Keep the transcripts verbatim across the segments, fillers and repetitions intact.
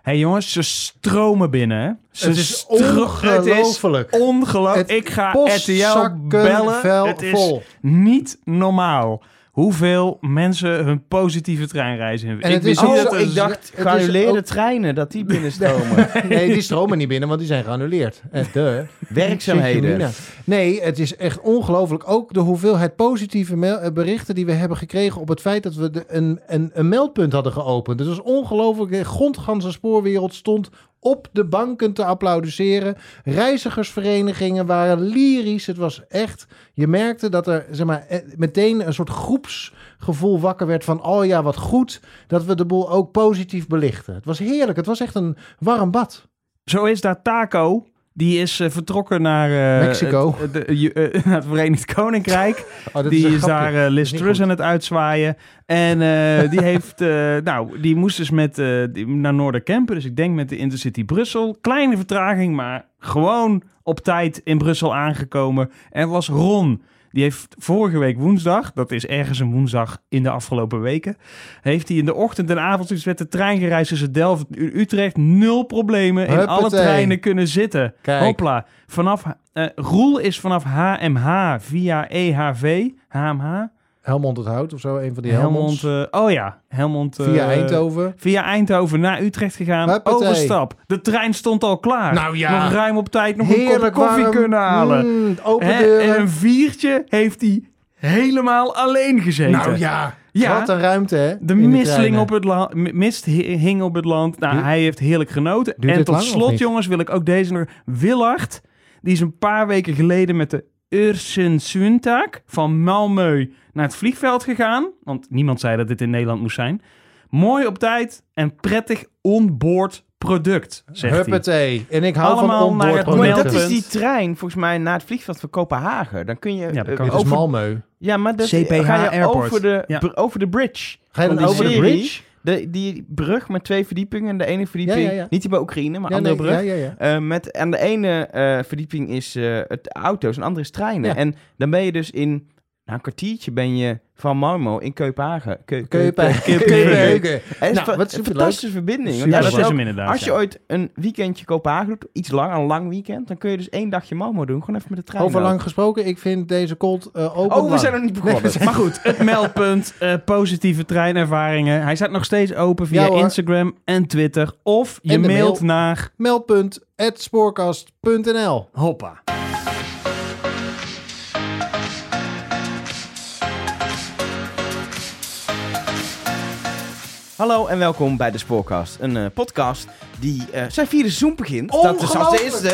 hey jongens, ze stromen binnen. Hè? Ze Het is stro- ongelooflijk. Het is ongelooflijk. Ik ga R T L bellen. Het is vol. niet normaal hoeveel mensen hun positieve treinreizen hebben. En ik het is wist niet ook- dat Oh, er ik z- dacht is geannuleerde ook- treinen, dat die binnenstromen. Nee, die stromen niet binnen, want die zijn geannuleerd. Eh, de. Werkzaamheden. Nee, het is echt ongelooflijk. Ook de hoeveelheid positieve mail- eh, berichten die we hebben gekregen op het feit dat we de, een, een, een meldpunt hadden geopend. Het was ongelooflijk. De grondganse spoorwereld stond op de banken te applaudisseren. Reizigersverenigingen waren lyrisch. Het was echt... Je merkte dat er zeg maar, eh, meteen een soort groepsgevoel wakker werd van... oh ja, wat goed dat we de boel ook positief belichten. Het was heerlijk. Het was echt een warm bad. Zo is daar Taco. Die is uh, vertrokken naar, uh, Mexico. Het, de, uh, uh, naar het Verenigd Koninkrijk. Oh, dat die een is grapje. daar uh, Liz Dat is niet Truss goed. aan het uitzwaaien. En uh, die heeft, uh, nou, die moest dus met uh, die, naar Noorderkempen. Dus ik denk met de Intercity Brussel. Kleine vertraging, maar gewoon op tijd in Brussel aangekomen. En was Ron. Die heeft vorige week woensdag, dat is ergens een woensdag in de afgelopen weken, heeft hij in de ochtend en avond dus met de trein gereisd tussen Delft en Utrecht. Nul problemen. In Huppatee. alle treinen kunnen zitten. Kijk. Hopla. Vanaf, uh, Roel is vanaf H M H via E H V. H M H. Helmond het Hout of zo, een van die Helmond. Helmonds. Uh, oh ja, Helmond. Uh, Via Eindhoven. Via Eindhoven naar Utrecht gegaan. Huppatee. Overstap. De trein stond al klaar. Nou ja. Nog ruim op tijd nog een kop Heerlijk koffie warm. kunnen halen. Mm, open Hè? deuren. En een viertje heeft hij helemaal alleen gezeten. Nou ja, Ja. wat een ruimte hè. De in de misteling treinen. op het la- m- mist hi- hing op het land. Nou, Duurt- hij heeft heerlijk genoten. Duurt En dit tot lang of slot, niet? jongens, wil ik ook deze nog... Willard, die is een paar weken geleden met de Öresundståg van Malmö naar het vliegveld gegaan. Want niemand zei dat dit in Nederland moest zijn. Mooi op tijd en prettig onboard product, zegt hij. Huppatee. En ik hou Allemaal van naar onboard het Maar producten. dat is meldpunt. die trein, volgens mij, naar het vliegveld van Kopenhagen. Dan kun je... Ja, dat eh, kan. Dit is over, Malmö. ja, maar dat, C P H ga je Airport. over de, Ja. br- over de bridge. Ga je Van dan die over de serie. bridge? De, die brug met twee verdiepingen. De ene verdieping, Ja, ja, ja. niet die bij Oekraïne, maar Ja, andere nee, brug. ja, ja, ja. Eh, met, aan de ene eh, verdieping is eh, het auto's en de andere is treinen. Ja. En dan ben je dus in nou, een kwartiertje ben je van Malmö in Kopenhagen. Keu- Kun je Keupen- bij- Keupen- kun je Keupen- bij- Het is Nou, fa- wat een superleuk. fantastische verbinding. Want Ja, ja, dat dat is is hem ook- inderdaad. als je ja. ooit een weekendje Kopenhagen doet, iets lang, een lang weekend, dan kun je dus één dagje Malmö doen. Gewoon even met de trein. Over ook. lang gesproken, ik vind deze cold uh, open Oh, we lang. zijn nog niet begonnen. Nee, we zijn- Maar goed, het meldpunt, eh, positieve treinervaringen. Hij staat nog steeds open via Ja, hoor. Instagram en Twitter. Of je En de mailt mail. naar... Meldpunt at spoorkast punt n l. Hoppa. Hallo en welkom bij de Spoorcast. Een uh, podcast die uh, zijn vierde seizoen begint. Dat is als eerste.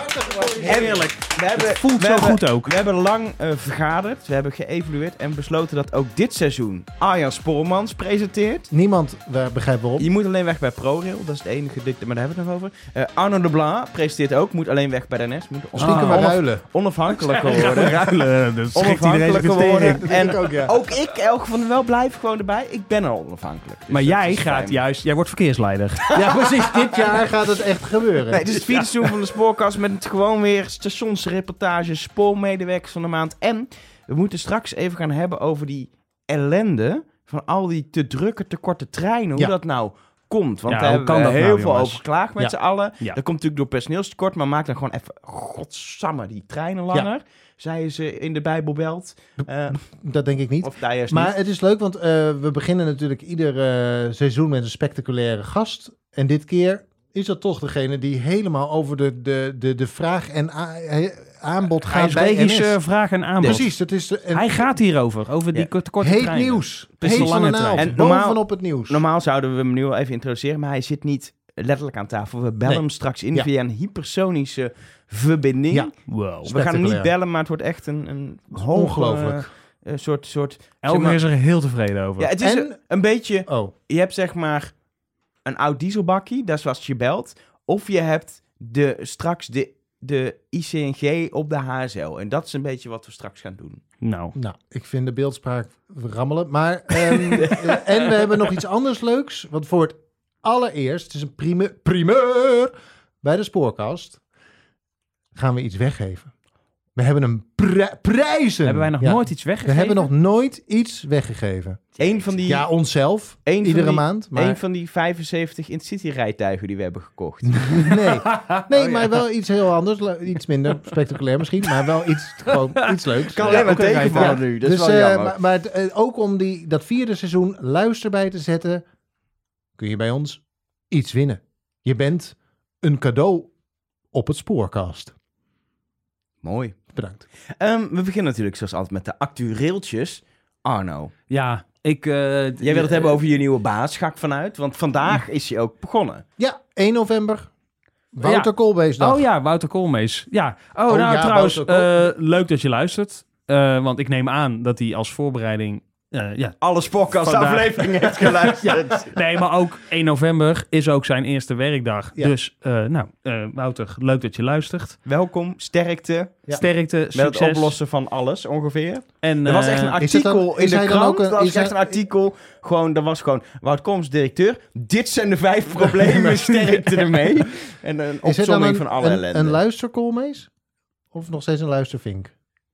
Heerlijk. We hebben, Het voelt we zo hebben, goed ook. We hebben lang uh, vergaderd, we hebben geëvalueerd en besloten dat ook dit seizoen Arjan Spormans presenteert. Niemand uh, begrijpt waarom. Je moet alleen weg bij ProRail, dat is het enige dikte, maar daar hebben we het nog over. Uh, Arno de Blanc presenteert ook, moet alleen weg bij de N S. Moet Misschien kunnen we onaf- ruilen. onafhankelijker worden. Ruilen, dat schikt iedereen Onafhankelijker zijn worden. investering. En ik ook, ja. ook ik, Elke van der Wel, blijf gewoon erbij. Ik ben al onafhankelijk. Dus Maar dat jij is gaat fijn. juist... Jij wordt verkeersleider. Ja, precies. Dit jaar gaat het echt gebeuren. Nee, het is het vierde seizoen van de Spoorkast met het gewoon weer stationsreportages, spoormedewerkers van de maand. En we moeten straks even gaan hebben over die ellende van al die te drukke, te korte treinen. Hoe Ja. dat nou komt. Want Ja, daar hoe hebben kan we dat heel nou, veel jongens? over geklaagd met Ja. z'n allen. Ja. Dat komt natuurlijk door personeelstekort, maar maak dan gewoon even, godsamme, die treinen langer. Zeiden ze in de Bijbelbelt. Uh, Dat denk ik niet. of daar juist Maar niet. het is leuk, want uh, we beginnen natuurlijk ieder uh, seizoen met een spectaculaire gast. En dit keer is dat toch degene die helemaal over de, de, de, de vraag en a- aanbod Hij gaat is bij N regische S. vraag en aanbod. Precies, dat is de, en Hij gaat hierover, over die Ja. korte, korte heet treinen. nieuws. Het is Heet de van lange de naald. trein. En normaal- Bovenop het nieuws. Normaal zouden we hem nu al even introduceren, maar hij zit niet letterlijk aan tafel. We bellen Nee. hem straks in Ja. via een hypersonische verbinding. Ja. Wow. We gaan hem niet Spectaculair. bellen, maar het wordt echt een, een hoge, Ongelooflijk. eh, een soort, soort... Elke zeg maar- is er heel tevreden over. ja, het is En- een, een beetje... Oh, Je hebt zeg maar een oud dieselbakkie, dat is zoals je belt. Of je hebt de, straks de, de I C N G op de H S L. En dat is een beetje wat we straks gaan doen. Nou, nou, ik vind de beeldspraak rammelen. Maar, ehm, eh, en we hebben nog iets anders leuks. Want voor het allereerst, het is een prime- primeur bij de Spoorkast, gaan we iets weggeven. We hebben een pri- prijzen. Hebben wij nog Ja. nooit iets We weggegeven? hebben nog nooit iets weggegeven. Eén van die, Ja, onszelf. één van Iedere die- maand. Maar één van die vijfenzeventig Intercity rijtuigen die we hebben gekocht. nee, nee Oh, maar ja. wel iets heel anders. Le- Iets minder spectaculair misschien. Maar wel iets, gewoon, iets leuks. Kan Ja, alleen maar ook een tegenvallen rijtuig. nu. Dat is dus, wel eh, jammer. maar maar het, eh, ook om die, dat vierde seizoen luister bij te zetten, kun je bij ons iets winnen. Je bent een cadeau op het Spoorcast. Mooi. Bedankt. Ehm, we beginnen natuurlijk zoals altijd met de actueeltjes. Arno, Ja, ik... eh, jij wil het hebben over je nieuwe baas, ga ik vanuit. Want vandaag is hij ook begonnen. Ja, één november. Wouter Koolmeesdag. Oh ja, Wouter Koolmees. Ja. Oh, Oh nou ja, trouwens, Wouter eh, leuk dat je luistert. Eh, want ik neem aan dat hij als voorbereiding... eh, ja. Alle podcast Vandaag. afleveringen heeft geluisterd. Nee, maar ook één november is ook zijn eerste werkdag. Ja. Dus, eh, nou, eh, Wouter, leuk dat je luistert. Welkom, sterkte. Ja. Sterkte, Met succes. het oplossen van alles ongeveer. En, Er was echt een eh, Is het artikel dan- in is de hij dan krant. ook een- Er was is echt hij- een artikel. Gewoon, er was gewoon Wout Kooms, directeur. Dit zijn de vijf problemen, sterkte ermee. En een Is het dan opzomming een, van alle een, ellende. een luisterkoolmees? Of nog steeds een luistervink?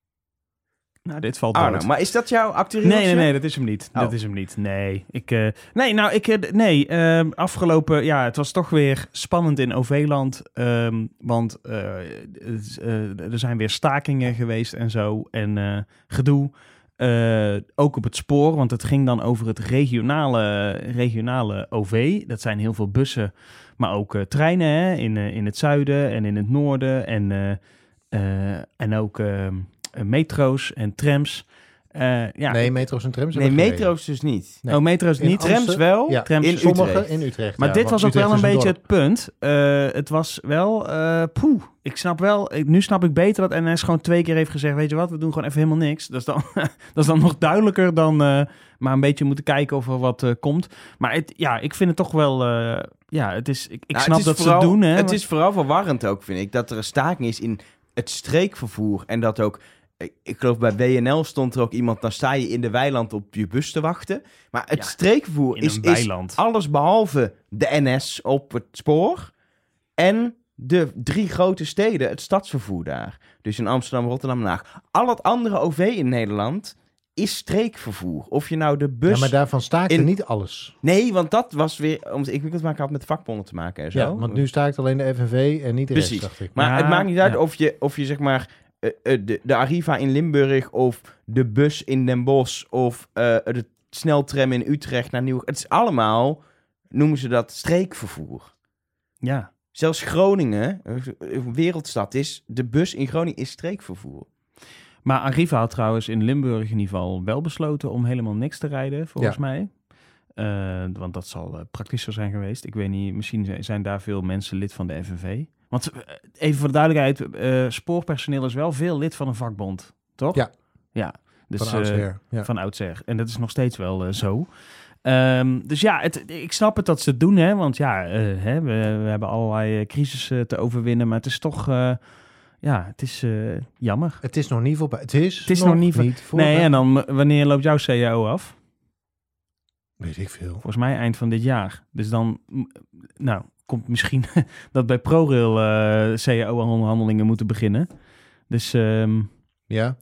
nou, dit valt Arno, dood. maar is dat jouw actueel? Nee, nee, nee, dat is hem niet. Oh. Dat is hem niet. Nee, ik... eh, nee, nou, ik... eh, nee, ehm, afgelopen... Ja, het was toch weer spannend in O V-land. ehm, want eh, het is, eh, er zijn weer stakingen geweest en zo. En eh, gedoe. Eh, ook op het spoor, want het ging dan over het regionale, regionale O V. Dat zijn heel veel bussen, maar ook eh, treinen hè, in, eh, in het zuiden en in het noorden. En, eh, eh, en ook eh, eh, metro's en trams. Eh, ja, Nee, metro's en trams Nee, hebben we gereden. metro's dus niet. nee. Oh, metro's In niet. Amsterdam- Trams wel. Ja, Trams in sommige Utrecht. in Utrecht. Maar ja, dit want was ook Utrecht wel een is beetje dorp. het punt. Eh, het was wel... eh poeh, ik snap wel... Ik, nu snap ik beter dat N S gewoon twee keer heeft gezegd... Weet je wat, we doen gewoon even helemaal niks. Dat is dan, dat is dan nog duidelijker dan... eh, maar een beetje moeten kijken of er wat eh, komt. Maar het, ja, ik vind het toch wel... eh, ja, het is... Ik, ik Nou, snap het is dat ze vooral- het doen, hè. Het maar- is vooral verwarrend ook, vind ik, dat er een staking is in het streekvervoer. En dat ook, ik, ik geloof bij W N L stond er ook iemand, dan sta je in de weiland op je bus te wachten. Maar het Ja, streekvervoer in is, een is weiland. alles behalve de N S op het spoor en de drie grote steden, het stadsvervoer daar. Dus in Amsterdam, Rotterdam en Den Haag. Al het andere O V in Nederland is streekvervoer. Of je nou de bus... Ja, maar daarvan staakte in- niet alles. Nee, want dat was weer, om het ingewikkeld te maken, had met vakbonden te maken en zo. Ja, want nu staakt alleen de F N V en niet de Precies. rest, dacht ik. Maar Ja, het maakt niet uit ja. of, je, of je zeg maar eh, eh, de, de Arriva in Limburg of de bus in Den Bosch of eh, de sneltram in Utrecht naar Nieuw. Het is allemaal, noemen ze dat, streekvervoer. Ja. Zelfs Groningen, een wereldstad is, de bus in Groningen is streekvervoer. Maar Arriva had trouwens in Limburg in ieder geval wel besloten om helemaal niks te rijden, volgens Ja. mij. Eh, want dat zal uh, praktischer zijn geweest. Ik weet niet, misschien zijn- zijn daar veel mensen lid van de F N V. Want uh, even voor de duidelijkheid, uh, spoorpersoneel is wel veel lid van een vakbond, toch? Ja. Ja. Dus, Van uh, oudsher, ja. Van oudsher. En dat is nog steeds wel uh, zo. Um, dus ja, het, ik snap het dat ze het doen, hè. Want ja, uh, hè, we, we hebben allerlei uh, crisissen te overwinnen. Maar het is toch... Uh, Ja, het is uh, jammer. Het is nog niet voorbij. Het is, Het is nog niet, voor... voorbij. Nee, en dan uh, wanneer loopt jouw C A O af? Weet ik veel. Volgens mij eind van dit jaar. Dus dan, nou, komt misschien dat bij ProRail uh, C A O-onderhandelingen moeten beginnen. Dus um, ja.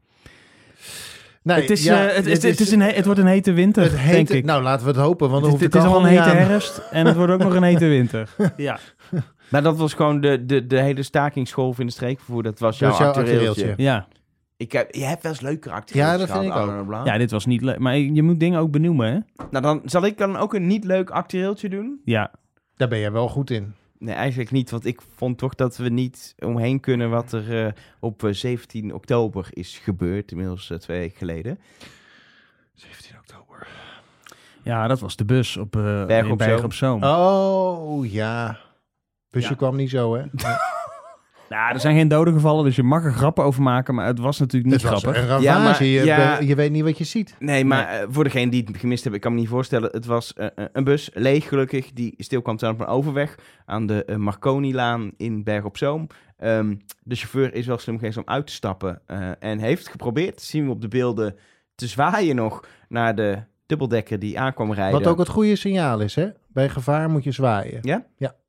Nee, het, is, ja, uh, het, dit het, het, is een, het wordt een hete winter, het hete, denk ik. Nou, laten we het hopen, want dan het, hoeft het de is al kachel een niet hete aan. herfst en het wordt ook nog een hete winter. Ja. Maar dat was gewoon de, de, de hele stakingsgolf in de streekvervoer. Dat was jouw, Dat is jouw actueeltje. actueeltje. Ja. Ik heb, je hebt wel eens leukere actueeltjes Ja, dat vind gehad, ik ook. Arno Blanc. Ja, dit was niet leuk. Maar je moet dingen ook benoemen, hè? Nou, dan zal ik dan ook een niet leuk actueeltje doen. Ja. Daar ben jij wel goed in. Nee, eigenlijk niet, want ik vond toch dat we niet omheen kunnen wat er uh, op uh, zeventien oktober is gebeurd, inmiddels uh, twee weken geleden. zeventien oktober. Ja, dat was de bus op uh, Berg op Berg Zoom. op Zoom. Oh, ja. Busje Ja. kwam niet zo, hè? Nou, er zijn geen doden gevallen, dus je mag er grappen over maken, maar het was natuurlijk niet Het was grappig. een ravage. Ja, maar- je, ja. je weet niet wat je ziet. Nee, maar uh, voor degene die het gemist hebben, ik kan me niet voorstellen. Het was uh, een bus, leeg gelukkig, die stil kwam te staan op een overweg aan de uh, Marconi-laan in Berg op Zoom. Um, de chauffeur is wel slim geweest om uit te stappen uh, en heeft geprobeerd, zien we op de beelden, te zwaaien nog naar de dubbeldekker die aankwam rijden. Wat ook het goede signaal is, hè? Bij gevaar moet je zwaaien. Ja? Ja.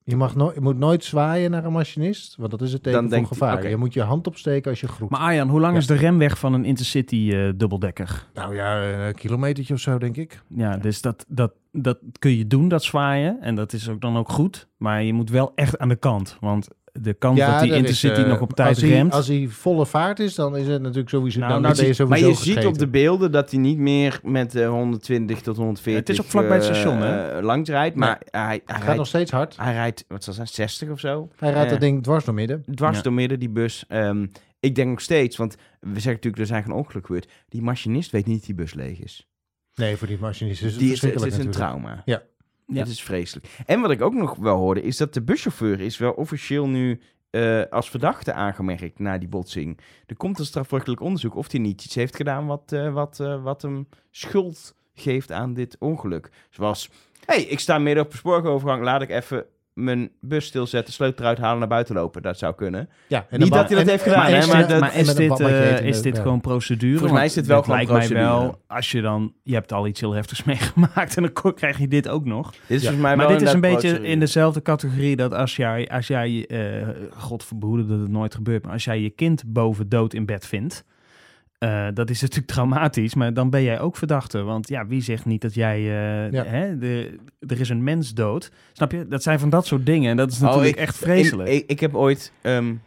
Je, mag no- je moet nooit zwaaien naar een machinist, want dat is het teken Dan van denkt hij, gevaar. oké. Je moet je hand opsteken als je groet. Maar Arjan, hoe lang Ja. is de remweg van een Intercity uh, dubbeldekker? Nou ja, een kilometertje of zo, denk ik. Ja, dus dat, dat, dat kun je doen, dat zwaaien. En dat is ook dan ook goed. Maar je moet wel echt aan de kant. Want de kans dat die er Intercity is, uh, nog op tijd als hij, remt... Als hij volle vaart is, dan is het natuurlijk sowieso... Nou, Nou, nou, dan ben je Maar sowieso je ziet gescheten. op de beelden dat hij niet meer met uh, honderdtwintig tot honderdveertig Het is ook vlakbij het station, uh, hè? uh, langs rijdt. Maar Nee. hij, hij, Het gaat rijdt, nog steeds hard. hij rijdt, wat zal het zijn, zestig of zo? Hij rijdt Eh, dat ding dwars door midden. Dwars Ja. door midden, die bus. Um, ik denk nog steeds, want we zeggen natuurlijk, er zijn geen ongeluk gebeurd. Die machinist weet niet dat die bus leeg is. Nee, voor die machinist is het Die is, het verschrikkelijk is een natuurlijk. trauma. Ja. Ja. Het is vreselijk. En wat ik ook nog wel hoorde, is dat de buschauffeur is wel officieel nu uh, als verdachte aangemerkt na die botsing. Er komt een strafrechtelijk onderzoek of hij niet iets heeft gedaan wat, uh, wat, uh, wat hem schuld geeft aan dit ongeluk. Zoals, hé, hey, ik sta midden op een spoorwegovergang, laat ik even mijn bus stilzetten, sleutel eruit halen, naar buiten lopen. Dat zou kunnen. Ja, en Niet dan- dat hij dat en- heeft gedaan, en- hè, en- maar en- dat- Maar en is met een dit, badje uh, in de- is dit ja. gewoon procedure? Volgens mij Want is dit wel het gewoon lijkt mij procedure. wel, als je dan... Je hebt al iets heel heftigs meegemaakt en dan ko- krijg je dit ook nog. Dit is Ja. volgens mij Maar wel dit is een inderdaad beetje procedure. in dezelfde categorie dat als jij... Als jij uh, God verbehoede dat het nooit gebeurt, maar als jij je kind boven dood in bed vindt... Uh, dat is natuurlijk traumatisch, maar dan ben jij ook verdachte. Want ja, wie zegt niet dat jij... Uh, Ja. hè, de, er is een mens dood. Snap je? Dat zijn van dat soort dingen. En dat is natuurlijk Oh, ik- echt vreselijk. Ik, ik, ik heb ooit... Um,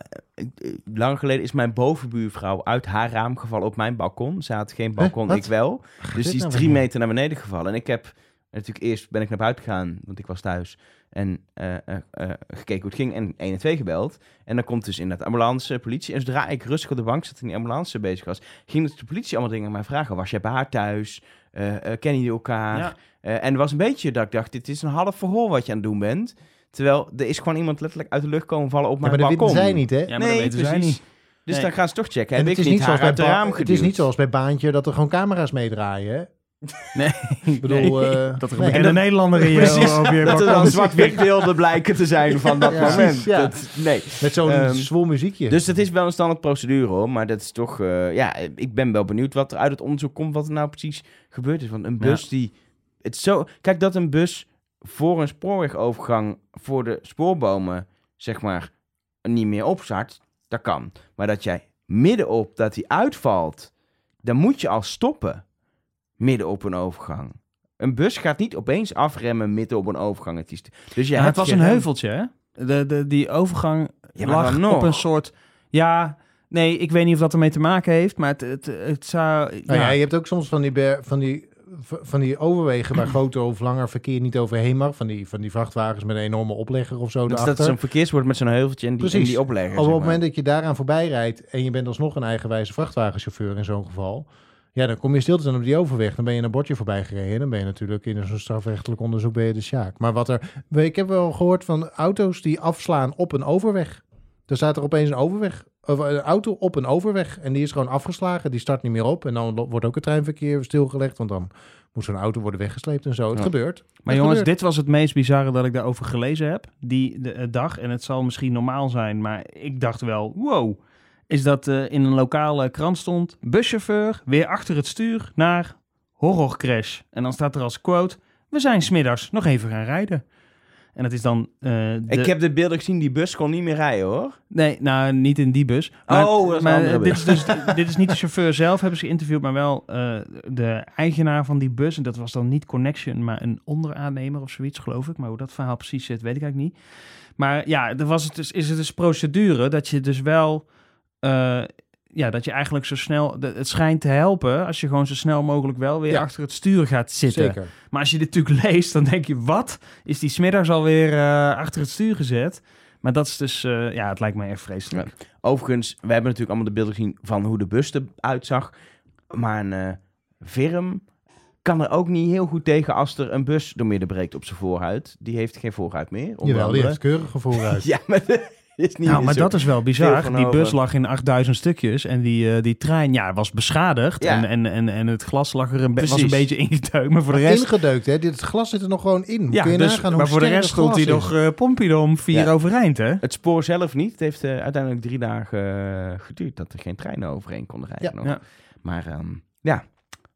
lang geleden is mijn bovenbuurvrouw uit haar raam gevallen op mijn balkon. Ze had geen balkon, Wat? ik wel. Dus dit die is nou drie weer? meter naar beneden gevallen. En ik heb... Natuurlijk eerst ben ik naar buiten gegaan, want ik was thuis. En uh, uh, uh, gekeken hoe het ging en een en twee gebeld. En dan komt dus inderdaad ambulance, politie. En zodra ik rustig op de bank zat en die ambulance bezig was... ging dus de politie allemaal dingen aan mij vragen. Was jij bij haar thuis? Uh, uh, kennen jullie elkaar? Ja. Uh, en het was een beetje dat ik dacht, dit is een half verhoor wat je aan het doen bent. Terwijl er is gewoon iemand letterlijk uit de lucht komen vallen op Ja, mijn maar dat balkon. weten zij niet, hè? Ja, maar dat weten zij precies. niet. Dus Nee. dan gaan ze toch checken. En Heb het ik is, niet niet haar zoals bij uit de Ba- raam het is geduwd? niet zoals bij Baantje dat er gewoon camera's meedraaien, hè? Nee, Ik bedoel... nee, uh, dat er een nee. bekende Nederlander in je, Precies, op je dat er balkon dan zit. zwart-wit beelden blijken te zijn van dat Ja, moment. precies, ja. Dat, nee. Met zo'n Ehm, zwol muziekje. Dus het is wel een standaard procedure hoor, maar dat is toch, uh, ja, ik ben wel benieuwd wat er uit het onderzoek komt, wat er nou precies gebeurd is. Want een bus Ja. die, het is zo, kijk dat een bus voor een spoorwegovergang voor de spoorbomen, zeg maar, niet meer opstart, dat kan. Maar dat jij middenop, dat die uitvalt, dan moet je al stoppen, midden op een overgang. Een bus gaat niet opeens afremmen midden op een overgang. Het is, dus je Ja, het hebt was een geremd. heuveltje, hè? De, de, die overgang Ja, maar lag dan nog. op een soort... Ja, nee, ik weet niet of dat ermee te maken heeft, maar het, het, het zou... Nou ja, ja. je hebt ook soms van die, ber- van die, van die overwegen waar groter of langer verkeer niet overheen mag. Van die, van die vrachtwagens met een enorme oplegger of zo Dat is, dat erachter. is een verkeersbord met zo'n heuveltje en die, en Precies. die oplegger. Op zeg het maar. moment dat je daaraan voorbij rijdt en je bent alsnog een eigenwijze vrachtwagenchauffeur in zo'n geval, ja, dan kom je stil te staan op die overweg. Dan ben je een bordje voorbij gereden. Dan ben je natuurlijk in zo'n strafrechtelijk onderzoek ben je de sjaak. Maar wat er, ik heb wel gehoord van auto's die afslaan op een overweg. Er staat er opeens een overweg, of een auto op een overweg en die is gewoon afgeslagen. Die start niet meer op en dan wordt ook het treinverkeer stilgelegd, want dan moet zo'n auto worden weggesleept en zo. Het Ja. gebeurt. Maar Het jongens, gebeurt. dit was het meest bizarre dat ik daarover gelezen heb, die de, de dag. En het zal misschien normaal zijn, maar ik dacht wel, wow, is dat uh, in een lokale krant stond, buschauffeur weer achter het stuur naar horrorcrash. En dan staat er als quote, we zijn 's middags nog even gaan rijden. En dat is dan... Uh, de... Ik heb de beelden gezien, die bus kon niet meer rijden hoor. Nee, nou, niet in die bus. Maar, Oh, dat is een maar andere uh, dit, bus. is dus, dit is niet de chauffeur zelf, hebben ze geïnterviewd, maar wel uh, de eigenaar van die bus. En dat was dan niet Connection, maar een onderaannemer of zoiets, geloof ik. Maar hoe dat verhaal precies zit, weet ik eigenlijk niet. Maar ja, er was het dus, is het dus procedure dat je dus wel... Uh, ja, dat je eigenlijk zo snel... de- Het schijnt te helpen als je gewoon zo snel mogelijk wel weer Ja. achter het stuur gaat zitten. Zeker. Maar als je dit natuurlijk leest, dan denk je... Wat? Is die 's middags alweer uh, achter het stuur gezet? Maar dat is dus... Uh, ja, het lijkt mij echt vreselijk. Overigens, we hebben natuurlijk allemaal de beelden gezien van hoe de bus eruit zag. Maar een uh, Virm kan er ook niet heel goed tegen als er een bus door midden breekt op zijn voorruit. Die heeft geen voorruit meer. onder Jawel, die andere. heeft keurige vooruit. Ja, maar dat is niet Nou, maar zo. dat is wel veel bizar. van Die bus over. lag in achtduizend stukjes en die, uh, die trein ja, was beschadigd. Ja. En, en, en, en het glas lag er een be- was Precies. een beetje ingedeukt. Maar voor de rest... Ingedeukt, hè? Dit glas zit er nog gewoon in. Hoe Ja, kun je dus, nagaan hoe maar voor de sterk rest dat stond hij glas is? nog uh, Pompidom vier Ja. overeind, hè? Het spoor zelf niet. Het heeft uh, uiteindelijk drie dagen uh, geduurd dat er geen treinen overheen konden rijden. Ja. nog. Ja. Maar um, ja,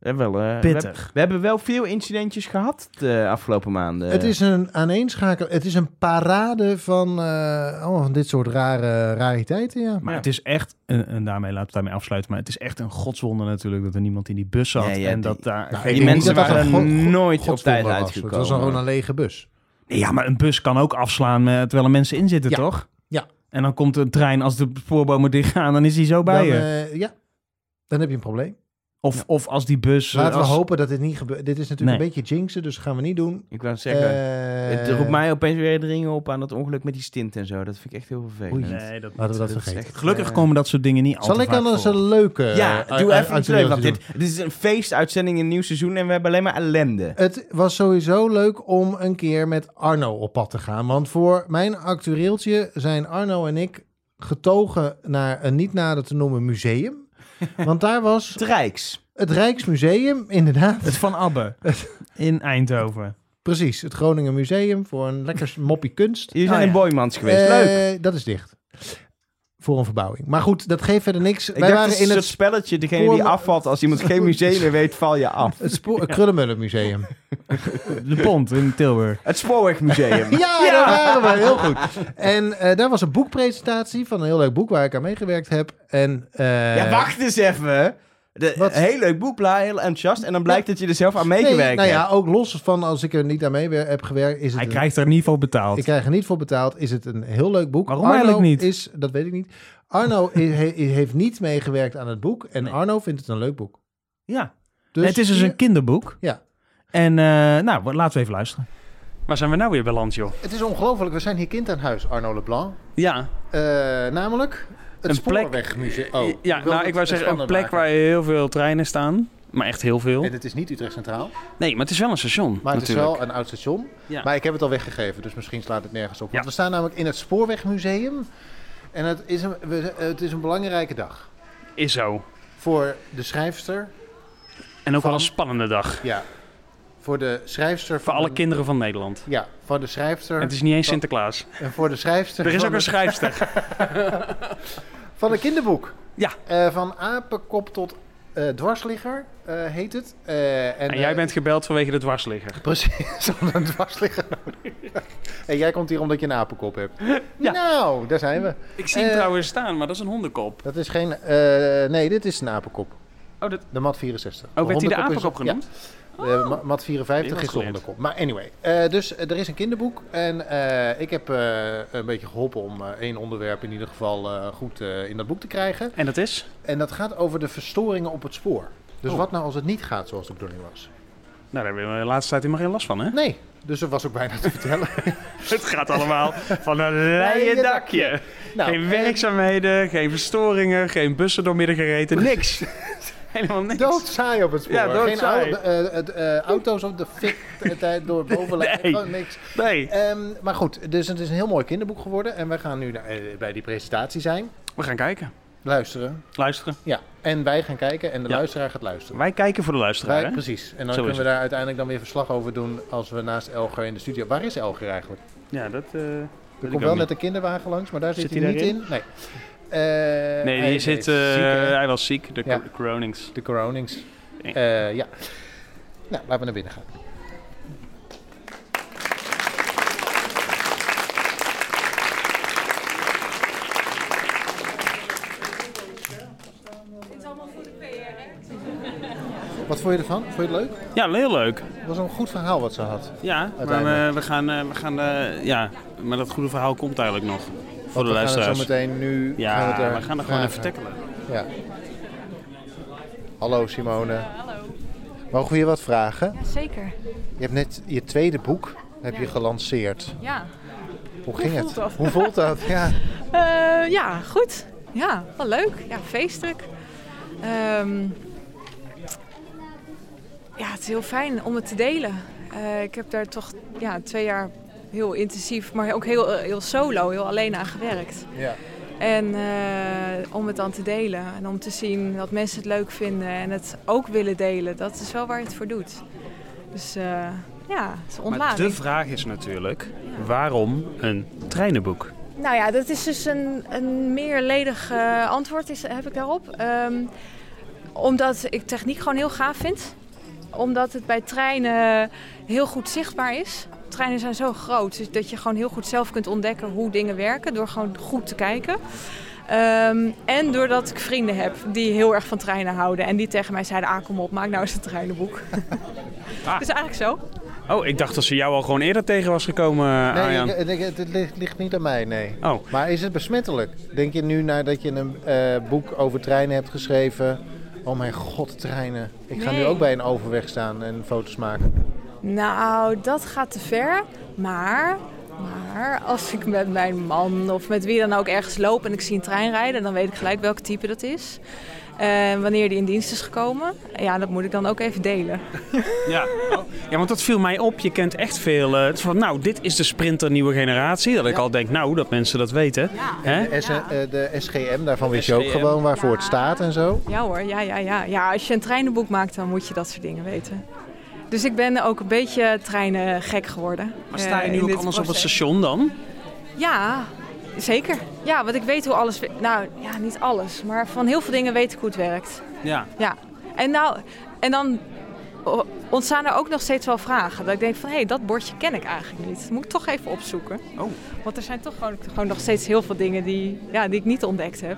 Ja, wel, uh, Pittig. We, hebben, we hebben wel veel incidentjes gehad de afgelopen maanden. Het is een aaneenschakel. Het is een parade van uh, oh, dit soort rare rariteiten, ja. Maar Ja. het is echt, en, en daarmee laten we het daarmee afsluiten, maar het is echt een godswonder natuurlijk dat er niemand in die bus zat. Ja, ja, en die- dat daar... Nou, die ik denk mensen niet dat dat waren een god- nooit op godswonder tijd was. uitgekomen. Het was gewoon een lege bus. Nee, ja, maar een bus kan ook afslaan met, terwijl er mensen in zitten, Ja. toch? Ja. En dan komt een trein, als de spoorbomen dichtgaan, dan is die zo bij Dan, je. uh, ja, dan heb je een probleem. Of, Ja. of als die bus... Laten als... we hopen dat dit niet gebeurt. Dit is natuurlijk Nee. een beetje jinxen, dus dat gaan we niet doen. Ik wou zeggen, Eh, het roept mij opeens weer dringen op aan dat ongeluk met die stint en zo. Dat vind ik echt heel vervelend. Oei. Nee, dat, Laten we dat Dat is vergeten. echt, Gelukkig eh, komen dat soort dingen niet al Zal te ik vaak anders voor. een leuke... Ja, uh, doe uit- even iets leuks. Want uitzending dit, dit is een feestuitzending in een nieuw seizoen en we hebben alleen maar ellende. Het was sowieso leuk om een keer met Arno op pad te gaan. Want voor mijn actueeltje zijn Arno en ik getogen naar een niet nader te noemen museum. Want daar was Het Rijks. het Rijksmuseum, inderdaad. Het Van Abbe in Eindhoven. Precies, het Groningen Museum voor een lekker moppie kunst. Jullie zijn Oh, in ja. Boymans geweest. Eh, Leuk. Dat is dicht. Voor een verbouwing. Maar goed, dat geeft verder niks. Ik Wij dacht, waren het is in een het, soort spelletje. Degene die spoor- afvalt, als iemand geen museum meer weet, val je af. het spoor- Krullenmullen Museum. De Pont in Tilburg. Het Spoorwegmuseum. Ja, daar waren we. Heel goed. En eh, daar was een boekpresentatie van een heel leuk boek waar ik aan meegewerkt heb. En, eh, Ja, wacht eens even. De, Wat? heel leuk boek, bla, heel enthousiast. En dan blijkt dat je er zelf aan meegewerkt nee, nou ja, hebt. ook los van als ik er niet aan mee heb gewerkt, is het Hij een- krijgt er niet voor betaald. ik krijg er niet voor betaald. Is het een heel leuk boek? Waarom Arno eigenlijk niet? Is, dat weet ik niet. Arno i- he- heeft niet meegewerkt aan het boek. En Nee. Arno vindt het een leuk boek. Ja. Dus Nee, het is dus hier- een kinderboek. Ja. En eh, nou, laten we even luisteren. Waar zijn we nou weer beland, joh? Het is ongelooflijk. We zijn hier kind aan huis, Arno Leblanc. Ja, Eh, namelijk het Een plek- Spoorwegmuseum. Oh, ja wil nou, het ik wou zeggen, een spannend plek maken. waar heel veel treinen staan. Maar echt heel veel. En het is niet Utrecht Centraal, Nee, maar het is wel een station, maar het natuurlijk. is wel een oud station. Ja. Maar ik heb het al weggegeven, dus misschien slaat het nergens op. Want Ja. we staan namelijk in het Spoorwegmuseum. En het is, een, we- het is een belangrijke dag. Is zo. Voor de schrijfster. En ook Van- wel een spannende dag. Ja. Voor de schrijfster. Voor van alle de- kinderen van Nederland. Ja, voor de schrijfster. En het is niet eens Sinterklaas. En voor de schrijfster. Er is van ook een het- schrijfster. Van een kinderboek. Ja. Eh, van apenkop tot eh, dwarsligger eh, heet het. Eh, en En jij eh, bent gebeld vanwege de dwarsligger. Precies, om een dwarsligger. En jij komt hier omdat je een apenkop hebt. Ja. Nou, daar zijn we. Ik zie hem Eh, trouwens staan, maar dat is een hondenkop. Dat is geen... eh, nee, dit is een apenkop. Oh, dat... De mat vierenzestig. oh werd hij de hondenkop is- apenkop genoemd? Ja, de ma- mat vierenvijftig Die is de was hondenkop. Maar anyway, eh, dus eh, er is een kinderboek. En eh, ik heb eh, een beetje geholpen om eh, één onderwerp in ieder geval eh, goed eh, in dat boek te krijgen. En dat is? En dat gaat over de verstoringen op het spoor. Dus Oh. wat nou als het niet gaat zoals de bedoeling was? Nou, daar hebben we de laatste tijd helemaal geen last van, hè? Nee, dus er was ook bijna te vertellen. Het gaat allemaal van een leien dakje. Nou, Geen en- werkzaamheden, geen verstoringen, geen bussen doormidden gereden, niks. Helemaal niks. Doodsaai op het spoor. Ja, doodsaai. Geen au- eh, het, eh, auto's op de fik de tijd door bovenlijnen. Nee. Gewoon niks. Nee, Ehm, maar goed, dus het is een heel mooi kinderboek geworden. En wij gaan nu eh, bij die presentatie zijn. we gaan kijken. Luisteren. Luisteren. Ja, en wij gaan kijken en de Ja. luisteraar gaat luisteren. Wij kijken voor de luisteraar, Wij, hè? precies. En dan Zo kunnen is we daar uiteindelijk dan weer verslag over doen als we naast Elger in de studio... Waar is Elger eigenlijk? Ja, dat uh, Er komt wel net een kinderwagen langs, maar daar zit, Zit hij hij niet in. Nee. Eh, Nee, hij die is zit, ziek, uh, hè? hij was ziek, de Ja. cor- coronings. De coronings. Ja. Eh, ja. Nou, laten we naar binnen gaan. Wat vond je ervan? Vond je het leuk? Ja, heel leuk. Het was een goed verhaal wat ze had. Ja, maar Uiteindelijk. we, we gaan, uh, we gaan uh, ja, maar dat goede verhaal komt eigenlijk nog. Voor Want de we gaan luisteraars. het zo meteen nu... Ja, gaan we, het er we gaan er gewoon vragen. even tackelen. Ja. Hallo Simone. Hallo. Mogen we je wat vragen? Ja, zeker. Je hebt net je tweede boek heb Ja. je gelanceerd. Ja. Hoe ging voelt het? dat? Hoe voelt dat? Ja. Uh, ja, goed. Ja, wel leuk. Ja, feestelijk. Um, ja, het is heel fijn om het te delen. Uh, ik heb daar toch ja, twee jaar heel intensief, maar ook heel, heel solo, heel alleen aan gewerkt. Ja. En uh, om het dan te delen en om te zien dat mensen het leuk vinden en het ook willen delen, dat is wel waar je het voor doet. Dus uh, ja, het is ontlading. Maar de vraag is natuurlijk, waarom een treinenboek? Nou ja, dat is dus een, een meerledig uh, antwoord is, heb ik daarop. Um, omdat ik techniek gewoon heel gaaf vind. omdat het bij treinen heel goed zichtbaar is. Treinen zijn zo groot, dus dat je gewoon heel goed zelf kunt ontdekken hoe dingen werken door gewoon goed te kijken. Um, en doordat ik vrienden heb die heel erg van treinen houden en die tegen mij zeiden, ah kom op, maak nou eens een treinenboek. Ah. Dus eigenlijk zo. Oh, ik dacht dat ze jou al gewoon eerder tegen was gekomen, Nee, Arjan. ik, ik, het ligt, ligt niet aan mij, nee. Oh. Maar is het besmettelijk? Denk je nu nadat je een uh, boek over treinen hebt geschreven... Oh mijn god, treinen. Ik ga Nee. nu ook bij een overweg staan en foto's maken. Nou, dat gaat te ver. Maar, maar als ik met mijn man of met wie dan ook ergens loop en ik zie een trein rijden, dan weet ik gelijk welk type dat is. En wanneer die in dienst is gekomen, ja, dat moet ik dan ook even delen. Ja. Oh. Ja, want dat viel mij op. Je kent echt veel. Uh, het is van, nou, dit is de Sprinter nieuwe generatie. Dat ik Ja. al denk, nou, dat mensen dat weten. Ja. Hè? De, S- Ja. uh, de S G M, daarvan wist je S G ook M. gewoon waarvoor Ja. het staat en zo. Ja hoor, ja, ja, ja. Ja, als je een treinenboek maakt, dan moet je dat soort dingen weten. Dus ik ben ook een beetje treinen gek geworden. Maar sta je eh, nu in ook dit anders op het proces. station dan? Ja, zeker. Ja, want ik weet hoe alles... we- Nou, ja, niet alles. Maar van heel veel dingen weet ik hoe het werkt. Ja. Ja. En, nou, en dan o- ontstaan er ook nog steeds wel vragen. Dat ik denk van, hé, hey, dat bordje ken ik eigenlijk niet. Dat moet ik toch even opzoeken. Oh. Want er zijn toch gewoon, gewoon nog steeds heel veel dingen die, ja, die ik niet ontdekt heb.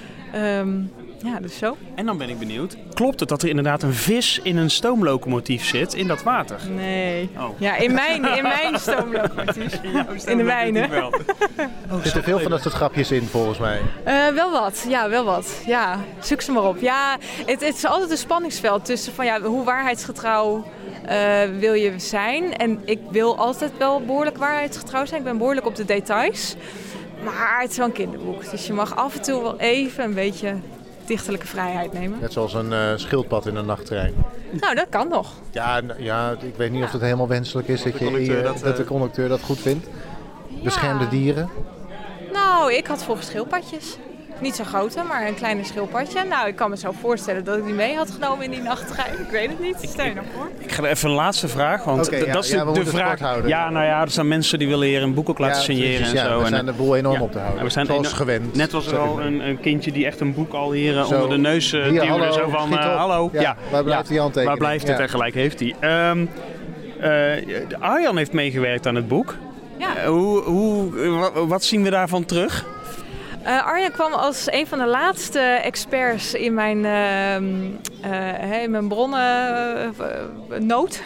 Um, ja, dus zo. En dan ben ik benieuwd. Klopt het dat er inderdaad een vis in een stoomlocomotief zit in dat water? Nee. Oh. Ja, in mijn, in mijn stoomlocomotief. In de mijne. Wel. Er zitten veel van dat soort grapjes in, volgens mij. Uh, wel wat, ja, wel wat. Ja, zoek ze maar op. Ja, het, het is altijd een spanningsveld tussen van ja, hoe waarheidsgetrouw uh, wil je zijn. En ik wil altijd wel behoorlijk waarheidsgetrouw zijn. Ik ben behoorlijk op de details. Maar het is wel een kinderboek. Dus je mag af en toe wel even een beetje dichterlijke vrijheid nemen. Net zoals een uh, schildpad in een nachttrein. Nou, dat kan nog. Ja, n- ja, ik weet niet of het helemaal wenselijk is dat, je, conducteur je- dat, dat de uh, conducteur dat goed vindt. Beschermde Ja. dieren. Nou, ik had volgens schildpadjes. Niet zo'n grote, maar een kleine schildpadje. Nou, ik kan me zo voorstellen dat ik die mee had genomen in die nachttrein. Ik weet het niet. Stel je nog voor. Ik ga er even een laatste vraag, want Oké, d- ja, dat is ja, we de moeten het vraag. kort houden. Ja, nou ja, er zijn mensen die willen hier een boek ook laten Ja, signeren precies, en ja, zo. we En, zijn de boel enorm ja. op te houden. Ja, we zijn Zoals eno- gewend. Net was er zeg al ik. een, een kindje die echt een boek al hier uh, Zo. onder de neus uh, Hier, duwde. hallo, Zo van, schiet uh, op. hallo. Ja, waar blijft die handtekening? Waar blijft het Ja. en gelijk heeft hij. Um, uh, Arjan heeft meegewerkt aan het boek. Ja. Uh, hoe, hoe, uh, wa- wat zien we daarvan terug? Uh, Arjan kwam als een van de laatste experts in mijn, uh, uh, in mijn bronnennood.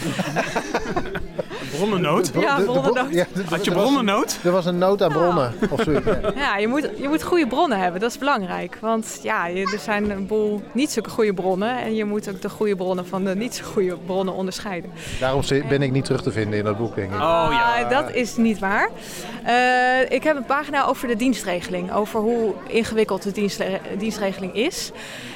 Bronnennood? Ja, De- de- de bronnennood. bron- ja, de- Had je er was- bronnennood? Er was een nood aan bronnen of zoiets. Ja. Ja, je moet, je moet goede bronnen hebben, dat is belangrijk. Want ja, je, er zijn een boel niet zulke goede bronnen. En je moet ook de goede bronnen van de niet zo goede bronnen onderscheiden. Daarom zi- ben ik niet terug te vinden in dat boek, denk ik. Oh ja. Ah, dat is niet waar. Uh, ik heb een pagina over de dienstregeling. Over hoe ingewikkeld de dienstre- dienstregeling is.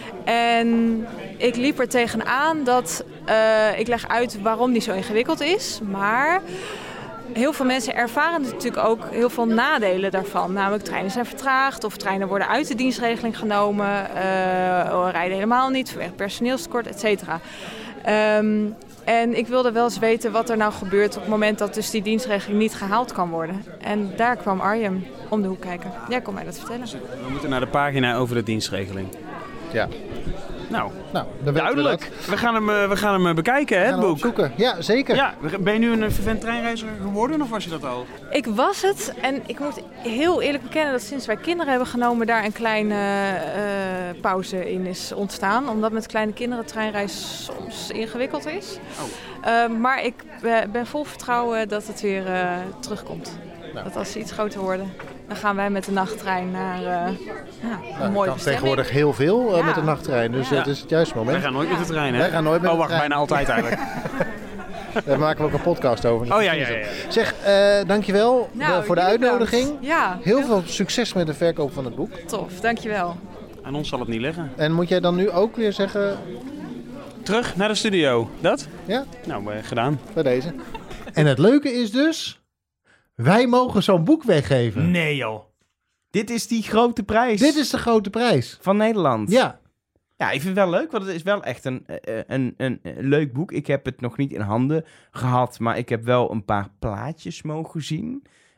En ik liep er tegenaan dat uh, ik leg uit waarom die zo ingewikkeld is. Maar heel veel mensen ervaren natuurlijk ook heel veel nadelen daarvan. Namelijk treinen zijn vertraagd of treinen worden uit de dienstregeling genomen. Uh, rijden helemaal niet vanwege personeelstekort, et cetera. Um, En ik wilde wel eens weten wat er nou gebeurt op het moment dat dus die dienstregeling niet gehaald kan worden. En daar kwam Arjen om de hoek kijken. Jij kon mij dat vertellen. We moeten naar de pagina over de dienstregeling. Ja. Nou, Nou, dan weten we duidelijk. dat. We gaan hem, uh, we gaan hem uh, bekijken, hè, Gaan het we boek. opzoeken. Ja, zeker. Ja, ben je nu een vervent treinreiziger geworden of was je dat al? Ik was het en ik moet heel eerlijk bekennen dat sinds wij kinderen hebben genomen daar een kleine uh, pauze in is ontstaan. Omdat met kleine kinderen treinreis soms ingewikkeld is. Oh. Uh, maar ik uh, ben vol vertrouwen dat het weer uh, terugkomt. Nou. Dat als ze iets groter worden, dan gaan wij met de nachttrein naar uh, ja, een Nou, mooie kan bestemming. tegenwoordig heel veel uh, Ja. met de nachttrein, dus Ja. het is het juiste moment. Wij gaan nooit met de trein, hè? Wij gaan nooit met oh, de wacht, trein. bijna altijd eigenlijk. Daar maken we ook een podcast over. Oh ja, ja, ja. ja. Zeg, uh, dankjewel Nou, de, voor de jullie uitnodiging. bedankt. Ja, Heel veel succes met de verkoop van het boek. tof. Dankjewel. Aan ons zal het niet liggen. En moet jij dan nu ook weer zeggen, Terug naar de studio. Dat? ja, Nou, uh, gedaan. bij deze. En het leuke is dus, wij mogen zo'n boek weggeven. Nee joh. Dit is die grote prijs Dit is de grote prijs. van Nederland. Ja, Ja, ik vind het wel leuk, want het is wel echt een, een, een, een leuk boek. Ik heb het nog niet in handen gehad, maar ik heb wel een paar plaatjes mogen zien.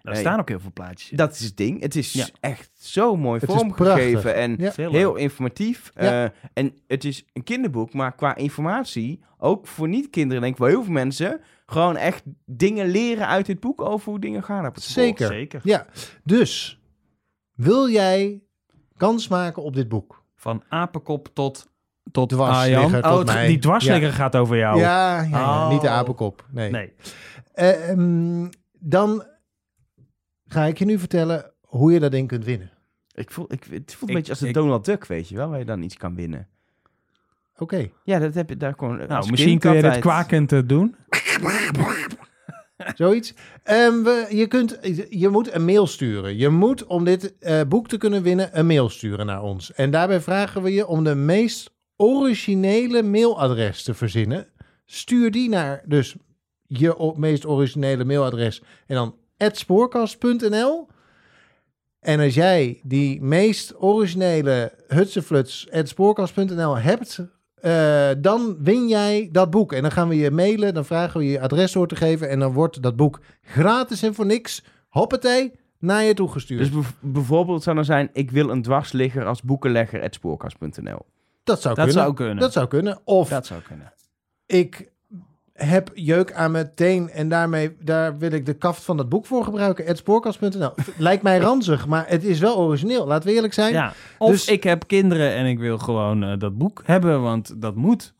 Daar Nee. staan ook heel veel plaatjes in. Dat is het ding. Het is Ja. echt zo mooi Het is vormgegeven prachtig. en Ja. Veel heel leuk. informatief. Ja. Uh, en het is een kinderboek, maar qua informatie, ook voor niet-kinderen, denk ik wel heel veel mensen, gewoon echt dingen leren uit dit boek over hoe dingen gaan op het spoor. Zeker. Zeker. Ja, dus wil jij kans maken op dit boek? Van apenkop tot, tot Dwarsligger Arjan. tot Oh, het- mij. die dwarsligger Ja. gaat over jou. Ja, ja, ja, Oh. niet de apenkop. Nee. Nee. Eh, ehm, dan ga ik je nu vertellen hoe je dat ding kunt winnen. Ik voel, ik, het voelt een Ik- beetje als de ik- Donald Duck, weet je wel, waar je dan iets kan winnen. Oké. Ja, dat heb je daar gewoon. Nou, misschien kun je dit kwakend uh, doen. Zoiets. Ehm, we, je, kunt, je moet een mail sturen. Je moet, om dit eh, boek te kunnen winnen, een mail sturen naar ons. En daarbij vragen we je om de meest originele mailadres te verzinnen. Stuur die naar dus je o- meest originele mailadres en dan at spoorkast punt n l. En als jij die meest originele hutsefluts at spoorkast punt n l hebt, uh, dan win jij dat boek. En dan gaan we je mailen, dan vragen we je adres door te geven en dan wordt dat boek gratis en voor niks, hoppatee, naar je toegestuurd. Dus bev- bijvoorbeeld zou er zijn, ik wil een dwarsligger als boekenlegger at spoorkast punt n l. dat zou Dat kunnen. zou kunnen. Dat zou kunnen. Of Dat zou kunnen. ik heb jeuk aan mijn teen en daarmee daar wil ik de kaft van dat boek voor gebruiken. at spoorkast punt n l. Lijkt mij ranzig, maar het is wel origineel. Laten we eerlijk zijn. Ja. Of Dus- ik heb kinderen en ik wil gewoon uh, dat boek hebben, want dat moet.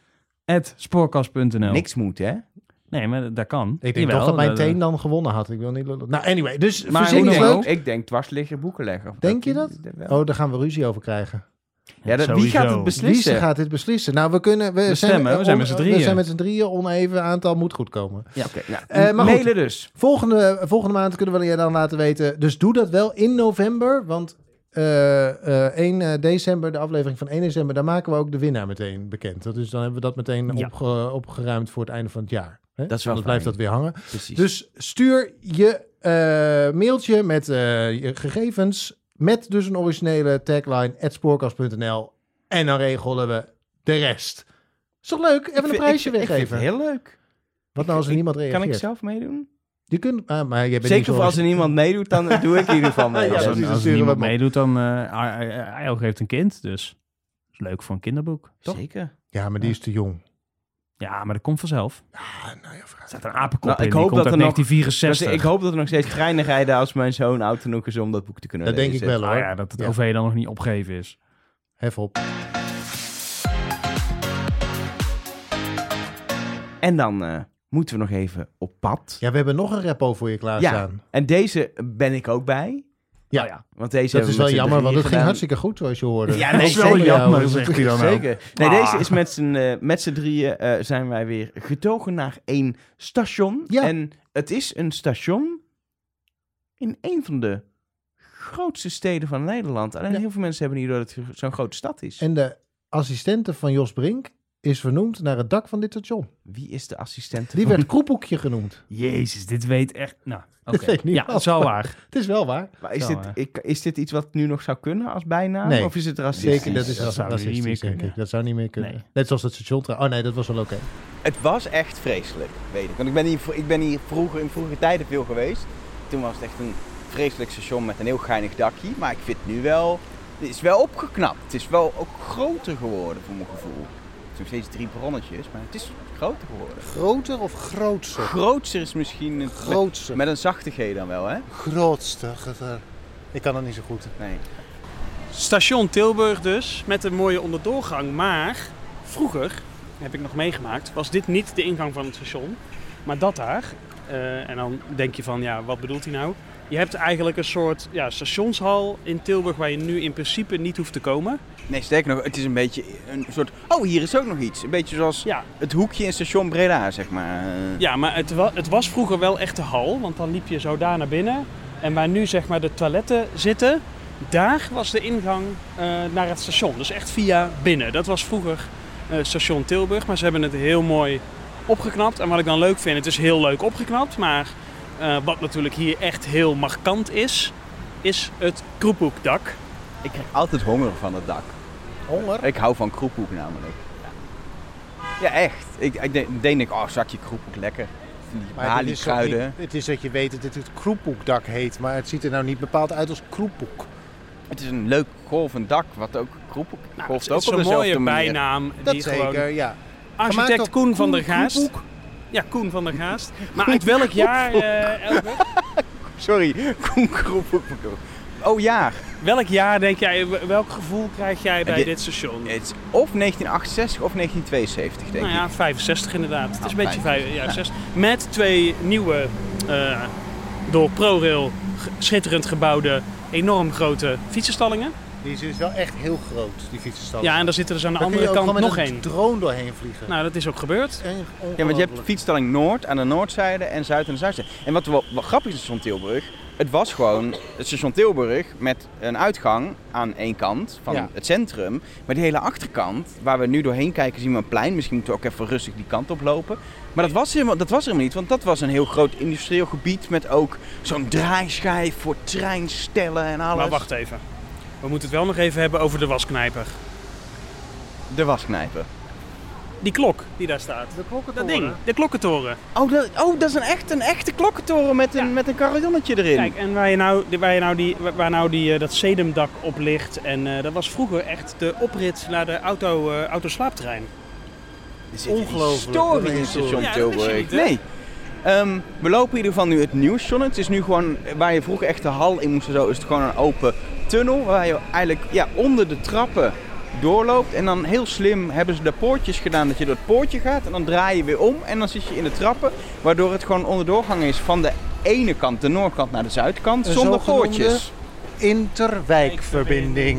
at spoorkast punt n l. Niks moet, hè? Nee, maar dat kan. Ik denk Jawel, toch dat mijn dat- teen dan gewonnen had. Ik wil niet lullen. Nou, anyway. Dus Maar verzin ik iets denk, leuks. ik denk dwarsligger boekenlegger. Denk je dat? wel. Oh, daar gaan we ruzie over krijgen. Ja, dat, wie Sowieso. gaat het Wie beslissen? gaat dit beslissen? Nou, we kunnen... We, We stemmen, we zijn met z'n drieën. We zijn met z'n drieën. Oneven aantal moet goed komen. Ja, oké. nou, Eh, maar goed. mailen dus. Volgende, volgende maand kunnen we je dan laten weten. Dus doe dat wel in november. Want eh, eh, één december, de aflevering van één december... daar maken we ook de winnaar meteen bekend. Dus dan hebben we dat meteen Ja. opge- opgeruimd voor het einde van het jaar. Hè? Dat is wel Anders blijft fijn. dat weer hangen. Precies. Dus stuur je eh, mailtje met eh, je gegevens... met dus een originele tagline at spoorkast punt n l. En dan regelen we de rest. Is toch leuk? Even Ik een vind- prijsje ik, vind- weggeven. Ik vind het heel leuk. Wat nou als er Ik- niemand reageert? Kan ik zelf meedoen? Je kunt, ah, maar jij bent niet Zeker zo voor als er niemand meedoet, dan doe ik in ieder geval mee. Ja, als precies, er, dan als er sturen we niemand hem op. meedoet, dan... Uh, Ayo geeft een kind, dus... is leuk voor een kinderboek, toch? Zeker. Ja, maar die is te jong. Ja, maar dat komt vanzelf. Ah, nou ja, vraag. Er staat een apenkop Nou, in, ik die hoop komt dat uit er nog- negentien Dus vierenzestig. ik hoop dat er nog steeds treinen rijden als mijn zoon oud genoeg is om dat boek te kunnen Dat lezen. denk ik wel hoor. Nou ja, dat het Ja. O V dan nog niet opgegeven is. Hef op. En dan uh, moeten we nog even op pad. Ja, we hebben nog een repo voor je klaarstaan. En deze ben ik ook bij. Ja. Oh ja. Want deze Dat hebben is we wel met z'n jammer, want drieën het ging gedaan. hartstikke goed zoals je hoorde. Ja, Dat nee, is wel zeker. jammer, Ja, zegt hij dan ook. Zeker. Nee, Ah. deze is met z'n uh, met z'n drieën uh, zijn wij weer getogen naar één station. Ja. En het is een station in een van de grootste steden van Nederland. Alleen Ja. heel veel mensen hebben niet door dat het zo'n grote stad is. En de assistente van Jos Brink is vernoemd naar het dak van dit station. Wie is de assistent? Die van- werd Kroephoekje genoemd. Jezus, dit weet echt... Nou, oké. Dat weet niet Ja, wel. dat is wel waar. Het is wel waar. Maar is, Zo, dit, hè. ik, is dit iets wat nu nog zou kunnen als bijnaam? Nee. Of is het racistisch? Zeker, dat is dat zou racistisch, niet meer denk kunnen. ik. Dat zou niet meer kunnen. Nee. Net zoals het station. trouw- Oh nee, dat was wel oké. Het was echt vreselijk, weet ik. Want ik ben hier, ik ben hier vroeger, in vroegere tijden veel geweest. Toen was het echt een vreselijk station met een heel geinig dakje. Maar ik vind het nu wel... Het is wel opgeknapt. Het is wel ook groter geworden, voor mijn gevoel. Het zijn nog steeds drie bronnetjes, maar het is groter geworden. Groter of grootser? Grootser is misschien... Het, Grootser. met, met een zachte G dan wel, hè? Grootste. Ik kan dat niet zo goed. Nee. Station Tilburg dus, met een mooie onderdoorgang. Maar vroeger, heb ik nog meegemaakt, was dit niet de ingang van het station. Maar dat daar. Uh, en dan denk je van, ja, wat bedoelt hij nou? Je hebt eigenlijk een soort ja, stationshal in Tilburg waar je nu in principe niet hoeft te komen. Nee, sterker nog, het is een beetje een soort... Oh, hier is ook nog iets. Een beetje zoals Ja, het hoekje in station Breda, zeg maar. ja maar het, wa- het was vroeger wel echt de hal, want dan liep je zo daar naar binnen. En waar nu zeg maar de toiletten zitten, daar was de ingang uh, naar het station. Dus echt via binnen. Dat was vroeger uh, station Tilburg, maar ze hebben het heel mooi opgeknapt. En wat ik dan leuk vind, het is heel leuk opgeknapt, maar uh, wat natuurlijk hier echt heel markant is, is het Kroephoekdak. Ik krijg altijd honger van het dak. Honger? Ik hou van kroephoek namelijk. Ja, ja echt. Ik, ik denk, denk ik, oh, zakje kroephoek, lekker. die Maar dit is, zo Bali-kruiden. niet- het is dat je weet dat dit het kroephoekdak heet, maar het ziet er nou niet bepaald uit als kroephoek. Het is een leuk golvend dak, wat ook kroephoek Nou, golft het ook is op een dezelfde mooie manier. bijnaam. Dat die zeker, gewoon... ja. Architect Gemaakt op Koen van der Koen Gaast. Kroephoek. Ja, Koen van der Gaast. Maar uit welk jaar, uh, Elbert? Sorry, Koen kroephoek. Oh ja, Welk jaar denk jij, welk gevoel krijg jij bij dit- dit station? het is of negentien achtenzestig of negentien tweeënzeventig, denk Nou ja, ik. vijfenzestig inderdaad. Het is Oh, een beetje vijf. vijf, ja, zes. Met twee nieuwe, uh, door ProRail ge- schitterend gebouwde, enorm grote fietsenstallingen. Die is dus wel echt heel groot, die fietsenstal. Ja, en daar zit er dus aan de Daar kun andere je ook kant gewoon nog met één. een drone doorheen vliegen. Nou, dat is ook gebeurd. Echt Ja, want je ongelooflijk. hebt fietsstalling Noord aan de noordzijde en Zuid aan de zuidzijde. En wat wel, wel grappig is aan station Tilburg, het was gewoon het station Tilburg met een uitgang aan één kant van Ja. het centrum. Maar die hele achterkant, waar we nu doorheen kijken, zien we een plein. Misschien moeten we ook even rustig die kant op lopen. Maar dat was helemaal, dat was helemaal niet, want dat was een heel groot industrieel gebied met ook zo'n draaischijf voor treinstellen en alles. Maar wacht even. We moeten het wel nog even hebben over de wasknijper. De wasknijper. Die klok die daar staat. De Dat ding, de klokkentoren. Oh, dat, oh, dat is een, echt, een echte klokkentoren met een, Ja. met een carillonnetje erin. Kijk, en waar, je nou, waar, je nou die, waar nou die, eh, dat sedumdak op ligt. En eh, dat was vroeger echt de oprit naar de auto, eh, autoslaapterrein. Er zit Ongelooflijk. historie Wat een in station historie. Ja, dat wist je Tilburg. niet, hè? Nee. Ehm, we lopen in ieder geval nu het nieuwe station. Het is nu gewoon, waar je vroeger echt de hal in moest en zo, is het gewoon een open tunnel. Waar je eigenlijk ja, onder de trappen doorloopt. En dan heel slim hebben ze de poortjes gedaan dat je door het poortje gaat. En dan draai je weer om en dan zit je in de trappen. Waardoor het gewoon onderdoorgang is van de ene kant, de noordkant, naar de zuidkant. Een Zonder zogenoemde poortjes. Interwijkverbinding.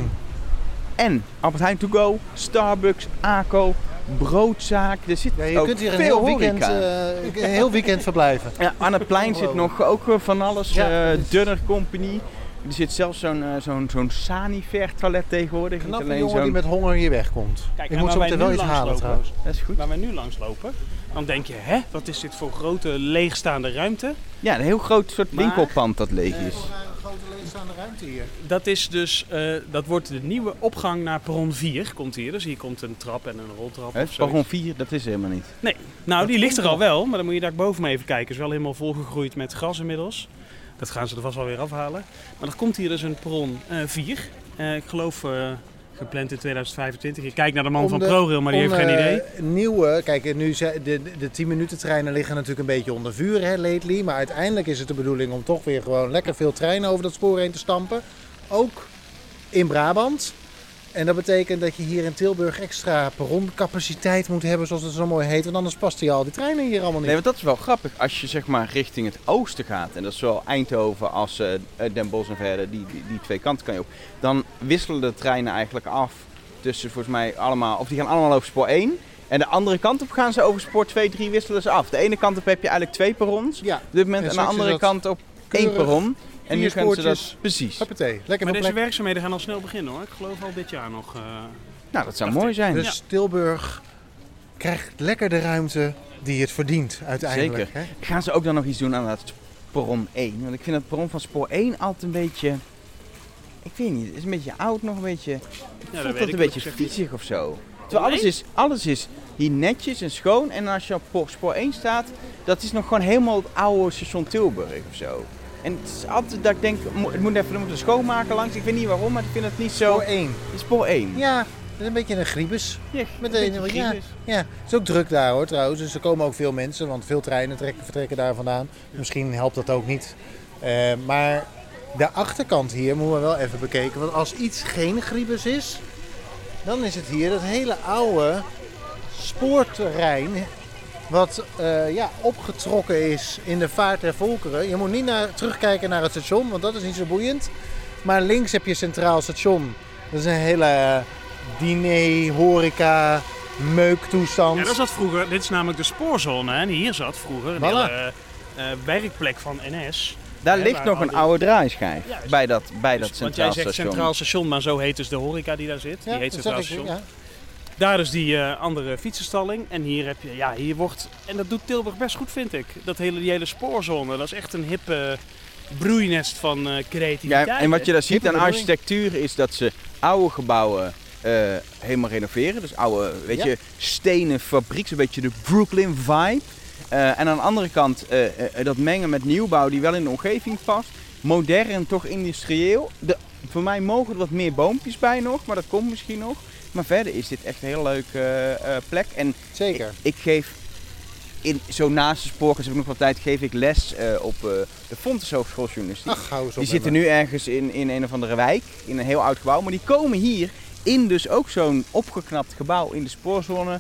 En Albert Heijn to go, Starbucks, ACO, broodzaak. Er zit Ja, je ook kunt hier een veel heel weekend, horeca. eh, een heel weekend verblijven. Ja, aan het plein zit nog ook eh, van alles. Ja, eh dat is- Dunner Company. Er zit zelfs zo'n eh, zo'n zo'n Sanifair toilet tegenwoordig. Niet Knappe alleen jongen zo'n... die met honger hier wegkomt. Kijk, Ik en moet waar zo wij meteen wel nu iets langs halen lopen. trouwens. Dat is goed. Waar wij nu langs lopen, dan denk je, hè, wat is dit voor grote leegstaande ruimte? Ja, een heel groot soort Maar- winkelpand dat leeg is. Een grote leegstaande ruimte hier. Dat is dus, eh, dat wordt de nieuwe opgang naar perron vier, komt hier. Dus hier komt een trap en een roltrap. Het of zoiets. perron vier, dat is helemaal niet. Nee, nou die ligt er al wel, maar dan moet je daar boven maar even kijken. Het is wel helemaal volgegroeid met gras inmiddels. Dat gaan ze er vast wel weer afhalen. Maar er komt hier dus een perron vier. Eh, ik geloof eh, gepland in tweeduizend vijfentwintig. Ik kijk naar de man Om van de- ProRail, maar die om, heeft geen eh, idee. Nieuwe, kijk, nu ze- de, de tien minuten treinen liggen natuurlijk een beetje onder vuur, hè, lately. Maar uiteindelijk is het de bedoeling om toch weer gewoon lekker veel treinen over dat spoor heen te stampen. Ook in Brabant. En dat betekent dat je hier in Tilburg extra perroncapaciteit moet hebben, zoals het zo mooi heet. Want anders past die al die treinen hier allemaal niet. Nee, want dat is wel grappig. Als je zeg maar richting het oosten gaat, en dat is zowel Eindhoven als eh, Den Bosch en verder, die, die, die twee kanten kan je op. Dan wisselen de treinen eigenlijk af tussen volgens mij allemaal, of die gaan allemaal over spoor één. En de andere kant op gaan ze over spoor twee, drie wisselen ze af. De ene kant op heb je eigenlijk twee perrons Ja, op dit moment. En En, de straks is andere dat kant op één keurig, perron. En vier nu gaan ze dat spoortjes. precies. hoppatee. Lekker Maar veel deze plek. werkzaamheden gaan al snel beginnen hoor. Ik geloof al dit jaar nog. eh. Nou, dat zou Dacht mooi ik. zijn. Dus Tilburg krijgt lekker de ruimte die het verdient uiteindelijk. Zeker. Hè? Gaan ze ook dan nog iets doen aan dat perron één? Want ik vind het perron van spoor één altijd een beetje... Ik weet niet, het is een beetje oud nog, een beetje... Ja, voelt dat dat weet een ik beetje ook, zeg niet. fietsig of zo. Terwijl alles is, alles is hier netjes en schoon. En als je op po- spoor één staat, dat is nog gewoon helemaal het oude station Tilburg of zo. En het is altijd dat ik denk, mo- het moet even, we moeten schoonmaken langs. Ik weet niet waarom, maar ik vind het niet zo... Spoor één. Spoor één. Ja, dat is een beetje een griebus. Ja, Meteen, een beetje ja, griebus. ja, het is ook druk daar hoor trouwens. Dus er komen ook veel mensen, want veel treinen trekken, vertrekken daar vandaan. Misschien helpt dat ook niet. Eh, maar de achterkant hier moeten we wel even bekeken. Want als iets geen griebus is, dan is het hier dat hele oude spoorterrein. Wat eh, ja, opgetrokken is in de vaart der volkeren. Je moet niet naar, terugkijken naar het station, want dat is niet zo boeiend. Maar links heb je Centraal Station. Dat is een hele diner, horeca, meuktoestand. Ja, dat zat vroeger. Dit is namelijk de spoorzone. Hè? En hier zat vroeger een Voilà. hele eh, werkplek van N S. Daar Ja, ligt waar nog al een die- oude draaischijf Juist. bij dat, bij dat Dus, want jij centraal zegt station. Centraal Station, maar zo heet dus de horeca die daar zit. Ja, die heet dat Centraal zeg ik, Station. ja. Daar is die eh, andere fietsenstalling. En hier heb je, ja, hier wordt, en dat doet Tilburg best goed vind ik. Dat hele, die hele spoorzone, dat is echt een hippe broeinest van eh, creativiteit. Ja, en wat je daar ziet Hippe aan bedoeling. architectuur is dat ze oude gebouwen eh, helemaal renoveren. Dus oude, weet Ja. je, stenen fabriek, een beetje de Brooklyn vibe. Uh, en aan de andere kant uh, uh, dat mengen met nieuwbouw die wel in de omgeving past. Modern, toch industrieel. De, voor mij mogen er wat meer boompjes bij nog, maar dat komt misschien nog. Maar verder is dit echt een heel leuke uh, uh, plek. En Zeker. Ik, ik geef, in, zo naast de spoorkast heb ik nog wat tijd, geef ik les uh, op uh, de Fontys Hogeschool Journalistiek. Ach, hou eens op Die zitten nu ergens in, in een of andere wijk, in een heel oud gebouw. Maar die komen hier in dus ook zo'n opgeknapt gebouw in de spoorzone.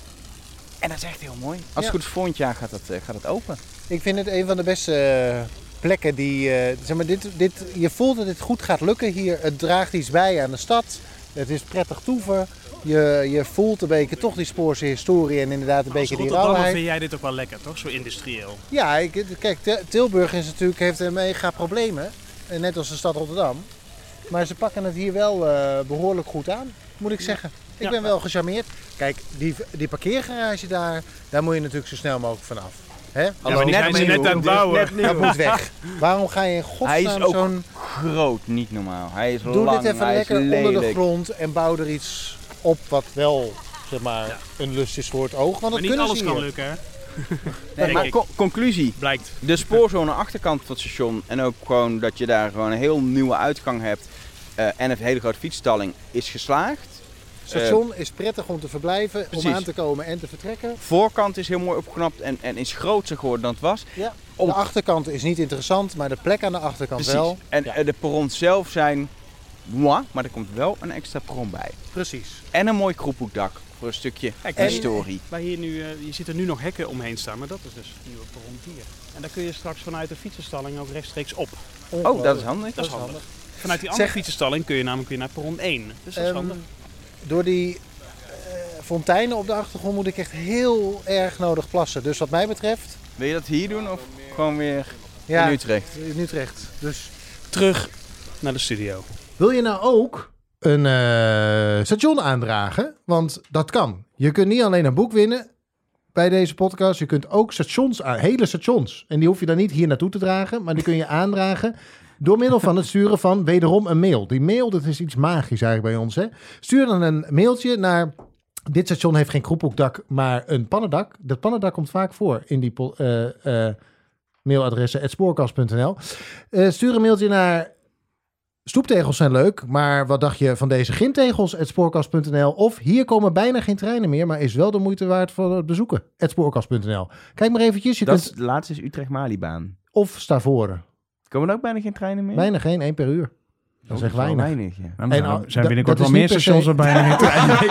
En dat is echt heel mooi. Als het Ja. goed is, volgend jaar gaat dat, uh, gaat dat open. Ik vind het een van de beste uh, plekken die... Uh, zeg maar, dit, dit, je voelt dat dit goed gaat lukken hier. Het draagt iets bij aan de stad. Het is prettig toeven. Je, je voelt een beetje toch die Spoorse historie en inderdaad een Als beetje die Rotterdammer rauwheid. vind jij dit ook wel lekker, toch? Zo industrieel. Ja, ik, kijk, Tilburg is natuurlijk, heeft een mega problemen. Net als de stad Rotterdam. Maar ze pakken het hier wel uh, behoorlijk goed aan, moet ik zeggen. Ik Ja. ben wel gecharmeerd. Kijk, die, die parkeergarage daar, daar moet je natuurlijk zo snel mogelijk vanaf. Hè? Ja, maar die net zijn ze nieuw. net aan het Dit is bouwen. net nieuw. Dat moet weg. Waarom ga je in Hij is godsnaam ook zo'n... groot, niet normaal. Hij is Doe lang, dit even hij lekker is onder de lelijk. grond en bouw er iets op wat wel, zeg maar, Ja. een lust is voor het oog. Want Maar dat niet kunnen alles ze kan hier. lukken, hè? Nee, Denk maar ik. co- conclusie. Blijkt. De spoorzone achterkant van het station en ook gewoon dat je daar gewoon een heel nieuwe uitgang hebt uh, en een hele grote fietsstalling is geslaagd. Het station is prettig om te verblijven, Precies. om aan te komen en te vertrekken. Voorkant is heel mooi opgeknapt en, en is groter geworden dan het was. Ja. Op- De achterkant is niet interessant, maar de plek aan de achterkant Precies. wel. En Ja. uh, de perrons zelf zijn moi, maar er komt wel een extra perron bij. Precies. En een mooi kroephoekdak voor een stukje Kijk, En- historie. Waar hier nu, uh, je ziet er nu nog hekken omheen staan, maar dat is dus het nieuwe perron hier. En daar kun je straks vanuit de fietsenstalling ook rechtstreeks op. Oh, dat is handig. Dat is handig. Vanuit die andere Zeg- fietsenstalling kun je namelijk weer naar perron één. Dus dat is Ehm, handig. Door die eh, fonteinen op de achtergrond moet ik echt heel erg nodig plassen. Dus wat mij betreft, Wil je dat hier doen of gewoon weer ja, in Utrecht? in Utrecht. Dus Terug naar de studio. Wil je nou ook een eh, station aandragen? Want dat kan. Je kunt niet alleen een boek winnen bij deze podcast. Je kunt ook stations aan, hele stations. En die hoef je dan niet hier naartoe te dragen. Maar die kun je aandragen door middel van het sturen van wederom een mail. Die mail, dat is iets magisch eigenlijk bij ons. Hè? Stuur dan een mailtje naar... Dit station heeft geen kroephoekdak, maar een pannendak. Dat pannendak komt vaak voor in die po- eh, eh, mailadressen at spoorkast punt n l. Uh, stuur een mailtje naar... Stoeptegels zijn leuk, maar wat dacht je van deze gymtegels? at spoorkast punt n l. Of hier komen bijna geen treinen meer, maar is wel de moeite waard voor het bezoeken. at spoorkast punt n l. Kijk maar eventjes, je Dat kunt... is, de laatste is Utrecht-Malibaan. Of Stavoren. Komen er ook bijna geen treinen meer? Bijna geen, één per uur. Dat is echt wel weinig. weinig ja. Dan En zijn, al- zijn binnenkort dat wel is meer niet per stations se- er bijna geen treinen.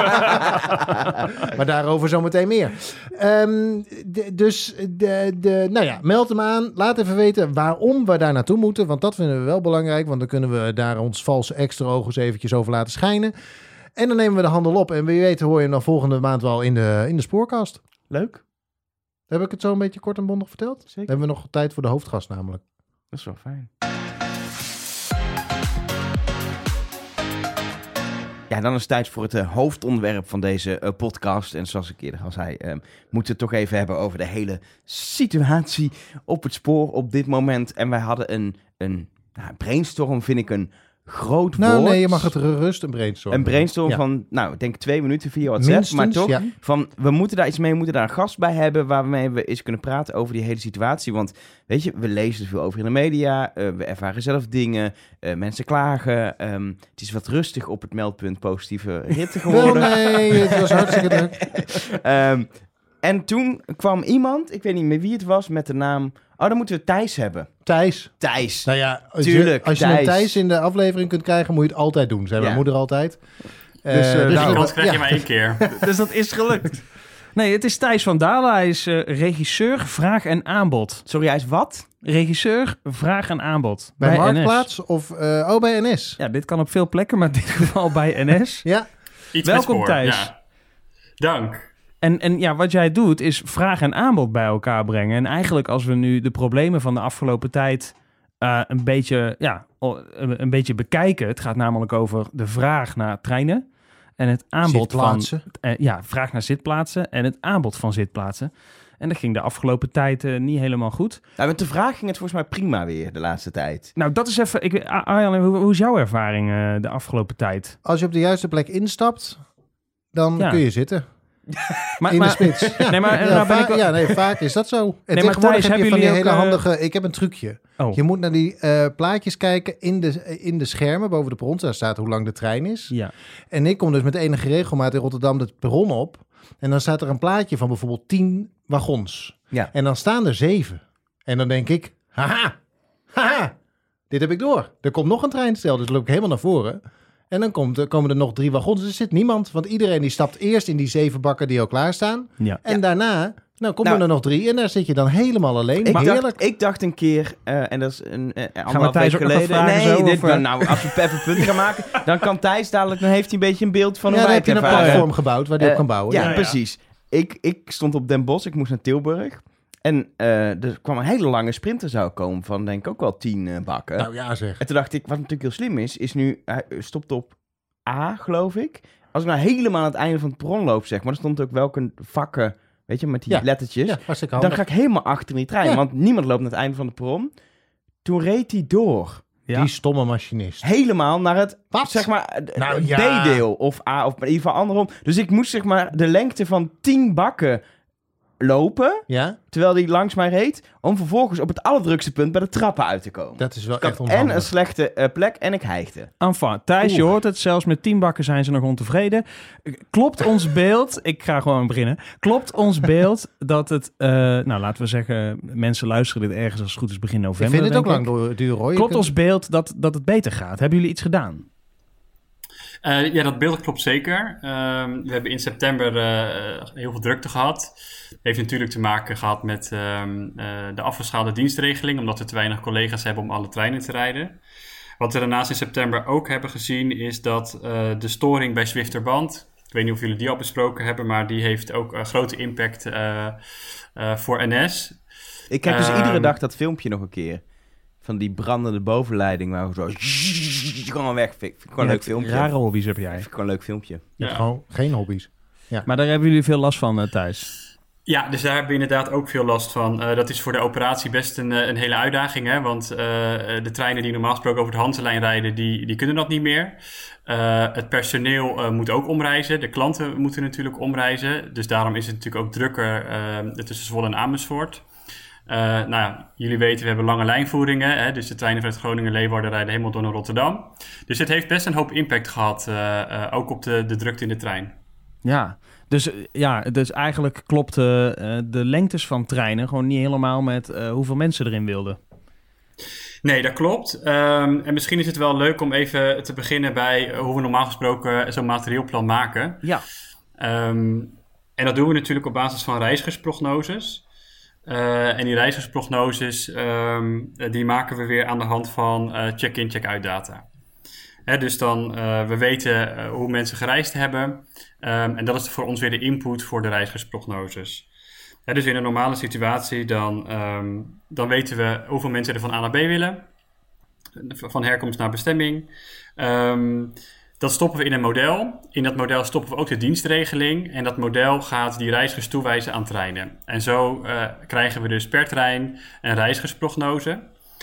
Maar daarover zometeen meer. Ehm, de, dus, de, de, nou ja, meld hem aan. Laat even weten waarom we daar naartoe moeten. Want dat vinden we wel belangrijk. Want dan kunnen we daar ons valse extra ogen eens eventjes over laten schijnen. En dan nemen we de handel op. En wie weet hoor je hem dan volgende maand wel in de, in de spoorkast. Leuk. Heb ik het zo een beetje kort en bondig verteld? Zeker. Hebben we nog tijd voor de hoofdgast namelijk. Dat is wel fijn. Ja, dan is het tijd voor het uh, hoofdonderwerp van deze uh, podcast. En zoals ik eerder al zei, uh, moeten we het toch even hebben over de hele situatie op het spoor op dit moment. En wij hadden een, een nou, brainstorm, vind ik een groot Nou woord. nee, je mag het gerust een brainstorm. Een brainstorm Ja. van, nou, ik denk twee minuten via WhatsApp. Minstens, maar toch, ja. van, we moeten daar iets mee, we moeten daar een gast bij hebben waarmee we eens kunnen praten over die hele situatie. Want, weet je, we lezen er veel over in de media, uh, we ervaren zelf dingen, uh, mensen klagen. Um, het is wat rustig op het meldpunt positieve ritten Wel geworden. nee, het was hartstikke druk. um, en toen kwam iemand, ik weet niet meer wie het was, met de naam... Oh, dan moeten we Thijs hebben. Thijs. Thijs. Nou ja, als Tuurlijk, je, als je Thijs. een Thijs in de aflevering kunt krijgen, moet je het altijd doen. Zei Ja. mijn moeder altijd. Dus, Eh, eh, dus nou, dat- kans krijg je ja. maar één keer. Dus dat is gelukt. Nee, het is Thijs van Dalen. Hij is uh, regisseur vraag en aanbod. Sorry, hij is wat? Regisseur vraag en aanbod. Bij, N S. Marktplaats of... Uh, oh, bij N S. Ja, dit kan op veel plekken, maar in dit geval bij N S. Ja. Iets Welkom, met spoor, Thijs. Ja. Dank. En, en ja, wat jij doet is vraag en aanbod bij elkaar brengen. En eigenlijk als we nu de problemen van de afgelopen tijd uh, een, beetje, ja, een, een beetje bekijken. Het gaat namelijk over de vraag naar treinen en het aanbod van... Zitplaatsen. Uh, ja, vraag naar zitplaatsen en het aanbod van zitplaatsen. En dat ging de afgelopen tijd uh, niet helemaal goed. Nou, met de vraag ging het volgens mij prima weer de laatste tijd. Nou, dat is even... Ik, Arjan, hoe, hoe is jouw ervaring uh, de afgelopen tijd? Als je op de juiste plek instapt, dan Ja. kun je zitten. Maar, in maar, de spits. Ja, Nee, maar, ja, nou ben vaak, ik... ja, nee, vaak is dat zo. En Nee, maar tegenwoordig Thijs, heb je hebben van die jullie hele ook, uh, handige... Ik heb een trucje. Oh. Je moet naar die uh, plaatjes kijken in de, in de schermen boven de perron. Daar staat hoe lang de trein is. Ja. En ik kom dus met enige regelmaat in Rotterdam het perron op. En dan staat er een plaatje van bijvoorbeeld tien wagons. Ja. En dan staan er zeven. En dan denk ik, haha, haha, dit heb ik door. Er komt nog een treinstel, dus loop ik helemaal naar voren. En dan komt, er- komen er nog drie wagons. Er zit niemand, want iedereen die stapt eerst in die zeven bakken die al klaarstaan. Ja. En daarna, nou komen Nou, er nog drie. En daar zit je dan helemaal alleen. Ik Heerlijk. dacht, ik dacht een keer, uh, en dat is een uh, we anderhalf Thijs week ook nog geleden. vragen Nee, zo, dit, of, uh? nou, als we even punten gaan maken, dan kan Thijs dadelijk, dan heeft hij een beetje een beeld van Ja, hoe dan wij heb je het een ervaren. platform gebouwd waar die Eh, op kan bouwen. Ja, Ja, ja. precies. Ik, ik stond op Den Bosch, ik moest naar Tilburg. En uh, er kwam een hele lange sprinter zou komen van denk ik ook wel tien uh, bakken. Nou ja zeg. En toen dacht ik, wat natuurlijk heel slim is, is nu, hij stopt op A, geloof ik. Als ik nou helemaal aan het einde van het perron loop, zeg maar, er stond ook welke vakken, weet je, met die Ja. lettertjes. Ja, hartstikke Dan handig. ga ik helemaal achter in die trein, Ja. want niemand loopt naar het einde van het perron. Toen reed hij door. Ja. Die stomme machinist. Helemaal naar het, Wat? zeg maar, d- Nou, ja. B-deel of A, of in ieder geval andersom. Dus ik moest, zeg maar, de lengte van tien bakken lopen, Ja, terwijl hij langs mij reed, om vervolgens op het allerdrukste punt bij de trappen uit te komen. dat is wel Ik had echt en onhandig. een slechte uh, plek en ik hijgde. Enfin, Thijs, je Oeh. hoort het. Zelfs met tien bakken zijn ze nog ontevreden. Klopt ons beeld... Ik ga gewoon beginnen. Klopt ons beeld dat het... uh, nou, laten we zeggen... Mensen luisteren dit ergens als het goed is begin Ik november, vind het ook denk lang ik. door- duur hoor. Je Klopt kunt- ons beeld dat, dat het beter gaat? Hebben jullie iets gedaan? Uh, ja, dat beeld klopt zeker. Um, we hebben in september uh, heel veel drukte gehad. Het heeft natuurlijk te maken gehad met um, uh, de afgeschaalde dienstregeling, omdat we te weinig collega's hebben om alle treinen te rijden. Wat we daarnaast in september ook hebben gezien is dat uh, de storing bij Zwifterband, ik weet niet of jullie die al besproken hebben, maar die heeft ook een grote impact uh, uh, voor N S. Ik kijk dus Ehm, iedere dag dat filmpje nog een keer. Van die brandende bovenleiding waar we zo... Gewoon weg. Vind ik gewoon een leuk filmpje. Rare hobby's heb jij. Vind ik gewoon een leuk filmpje. Je hebt Ja. gewoon geen hobby's. Maar daar hebben jullie veel last van, uh, Thijs. Ja, dus daar hebben we inderdaad ook veel last van. Uh, dat is voor de operatie best een, uh, een hele uitdaging. Hè? Want uh, de treinen die normaal gesproken over de Hanselijn rijden, die, die kunnen dat niet meer. Uh, het personeel uh, moet ook omreizen. De klanten moeten natuurlijk omreizen. Dus daarom is het natuurlijk ook drukker uh, tussen Zwolle en Amersfoort. Uh, nou ja, jullie weten, we hebben lange lijnvoeringen. Hè? Dus de treinen vanuit Groningen, Leeuwarden rijden helemaal door naar Rotterdam. Dus het heeft best een hoop impact gehad, uh, uh, ook op de, de drukte in de trein. Ja, dus, uh, ja, dus eigenlijk klopten uh, de lengtes van treinen gewoon niet helemaal met uh, hoeveel mensen erin wilden. Nee, dat klopt. Um, en misschien is het wel leuk om even te beginnen bij hoe we normaal gesproken zo'n materieelplan maken. Ja. Um, en dat doen we natuurlijk op basis van reizigersprognoses. Uh, en die reizigersprognoses, um, die maken we weer aan de hand van uh, check-in, check-out data. Hè, dus dan, uh, we weten uh, hoe mensen gereisd hebben. Um, en dat is voor ons weer de input voor de reizigersprognoses. Hè, dus in een normale situatie, dan, um, dan weten we hoeveel mensen er van A naar B willen. Van herkomst naar bestemming. Um, Dat stoppen we in een model. In dat model stoppen we ook de dienstregeling. En dat model gaat die reizigers toewijzen aan treinen. En zo uh, krijgen we dus per trein een reizigersprognose.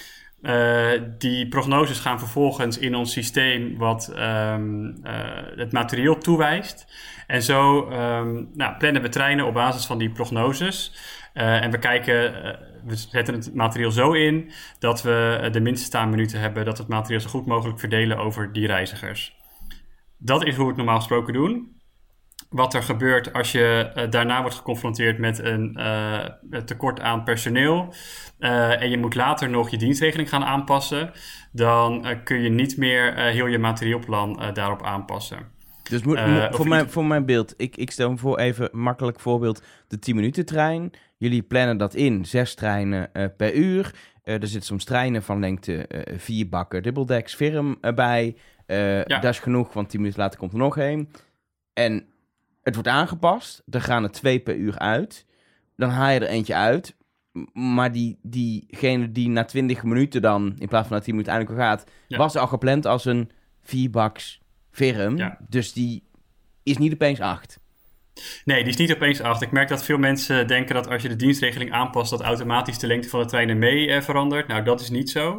Uh, die prognoses gaan vervolgens in ons systeem wat um, uh, het materieel toewijst. En zo um, nou, plannen we treinen op basis van die prognoses. Uh, en we kijken, uh, we zetten het materieel zo in dat we uh, de minste staanminuten hebben, dat we het materieel zo goed mogelijk verdelen over die reizigers. Dat is hoe we het normaal gesproken doen. Wat er gebeurt als je uh, daarna wordt geconfronteerd met een uh, tekort aan personeel uh, en je moet later nog je dienstregeling gaan aanpassen, dan uh, kun je niet meer uh, heel je materieelplan uh, daarop aanpassen. Dus moet, Uh, moet- of voor, mijn, iets- voor mijn beeld, ik, ik stel me voor even een makkelijk voorbeeld, de tien minuten trein. Jullie plannen dat in, zes treinen uh, per uur. Uh, er zitten soms treinen van lengte uh, vier bakken dubbeldeks firm uh, bij. Uh, Ja. Dat is genoeg, want tien minuten later komt er nog een. En het wordt aangepast, er gaan er twee per uur uit. Dan haal je er eentje uit. M- Maar die, diegene die na twintig minuten dan, in plaats van na tien minuten eindelijk al gaat, Ja. was al gepland als een vierbaks firm. Ja. Dus die is niet opeens acht. Nee, die is niet opeens acht. Ik merk dat veel mensen denken dat als je de dienstregeling aanpast, dat automatisch de lengte van de treinen mee uh, verandert. Nou, dat is niet zo.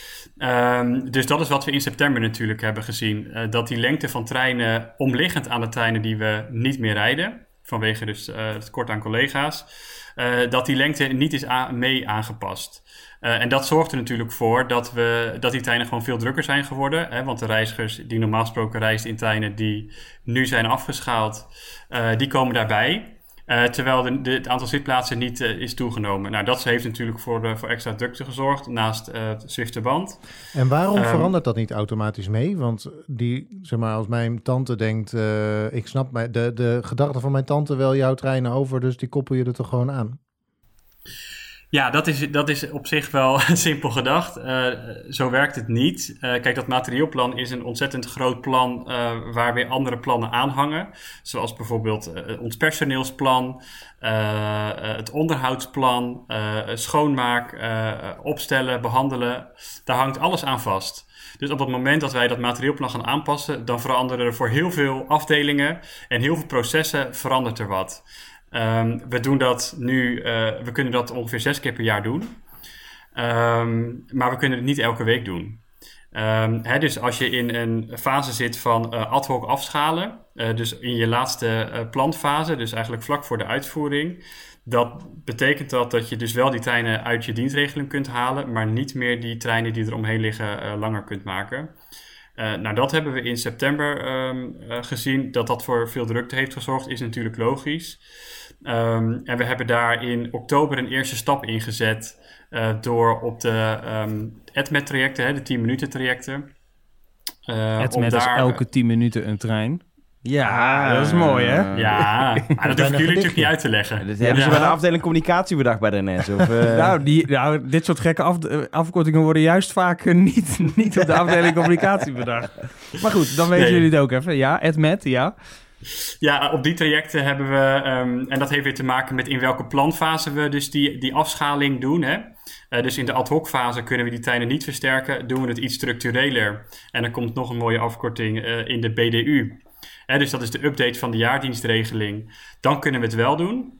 Um, dus dat is wat we in september natuurlijk hebben gezien. Uh, dat die lengte van treinen omliggend aan de treinen die we niet meer rijden, vanwege dus uh, het tekort aan collega's, uh, dat die lengte niet is a- mee aangepast. Uh, en dat zorgt er natuurlijk voor dat, we, dat die treinen gewoon veel drukker zijn geworden. Hè, want de reizigers die normaal gesproken reizen in treinen die nu zijn afgeschaald, uh, die komen daarbij. Uh, terwijl de, de, het aantal zitplaatsen niet uh, is toegenomen. Nou, dat heeft natuurlijk voor, uh, voor extra drukte gezorgd, naast uh, het Zwifterband. En waarom Um, verandert dat niet automatisch mee? Want die, zeg maar, als mijn tante denkt, uh, ik snap mij, de, de gedachte van mijn tante wel jouw treinen over, dus die koppel je er toch gewoon aan? Ja, dat is, dat is op zich wel simpel gedacht. Uh, zo werkt het niet. Uh, kijk, dat materieelplan is een ontzettend groot plan uh, waar weer andere plannen aan hangen. Zoals bijvoorbeeld uh, ons personeelsplan, uh, uh, het onderhoudsplan, uh, schoonmaak, uh, opstellen, behandelen. Daar hangt alles aan vast. Dus op het moment dat wij dat materieelplan gaan aanpassen, dan veranderen er voor heel veel afdelingen en heel veel processen verandert er wat. Um, we doen dat nu, uh, we kunnen dat ongeveer zes keer per jaar doen. Um, maar we kunnen het niet elke week doen. Um, hè, dus als je in een fase zit van uh, ad hoc afschalen, uh, dus in je laatste uh, planfase, dus eigenlijk vlak voor de uitvoering, dat betekent dat dat je dus wel die treinen uit je dienstregeling kunt halen, maar niet meer die treinen die er omheen liggen uh, langer kunt maken. Uh, nou, dat hebben we in september um, uh, gezien. Dat dat voor veel drukte heeft gezorgd, is natuurlijk logisch. Um, en we hebben daar in oktober een eerste stap in gezet uh, door op de um, E D M E T-trajecten, hè, de tien minuten trajecten. Uh, E D M E T is elke tien minuten een trein. Ja, uh, dat is mooi, hè? Ja, maar dat hoef ik jullie natuurlijk niet uit te leggen. Dat hebben ja. ze bij de afdeling communicatie bedacht bij de N S. Of, uh... nou, die, nou, dit soort gekke af, afkortingen worden juist vaak uh, niet, niet op de afdeling communicatie bedacht. Maar goed, dan weten nee. jullie het ook even. Ja, E D M E T, ja. Ja, op die trajecten hebben we, um, en dat heeft weer te maken met in welke planfase we dus die, die afschaling doen, hè. Uh, dus in de ad hoc fase kunnen we die treinen niet versterken, doen we het iets structureler. En dan komt nog een mooie afkorting uh, in de B D U. Hè, dus dat is de update van de jaardienstregeling. Dan kunnen we het wel doen.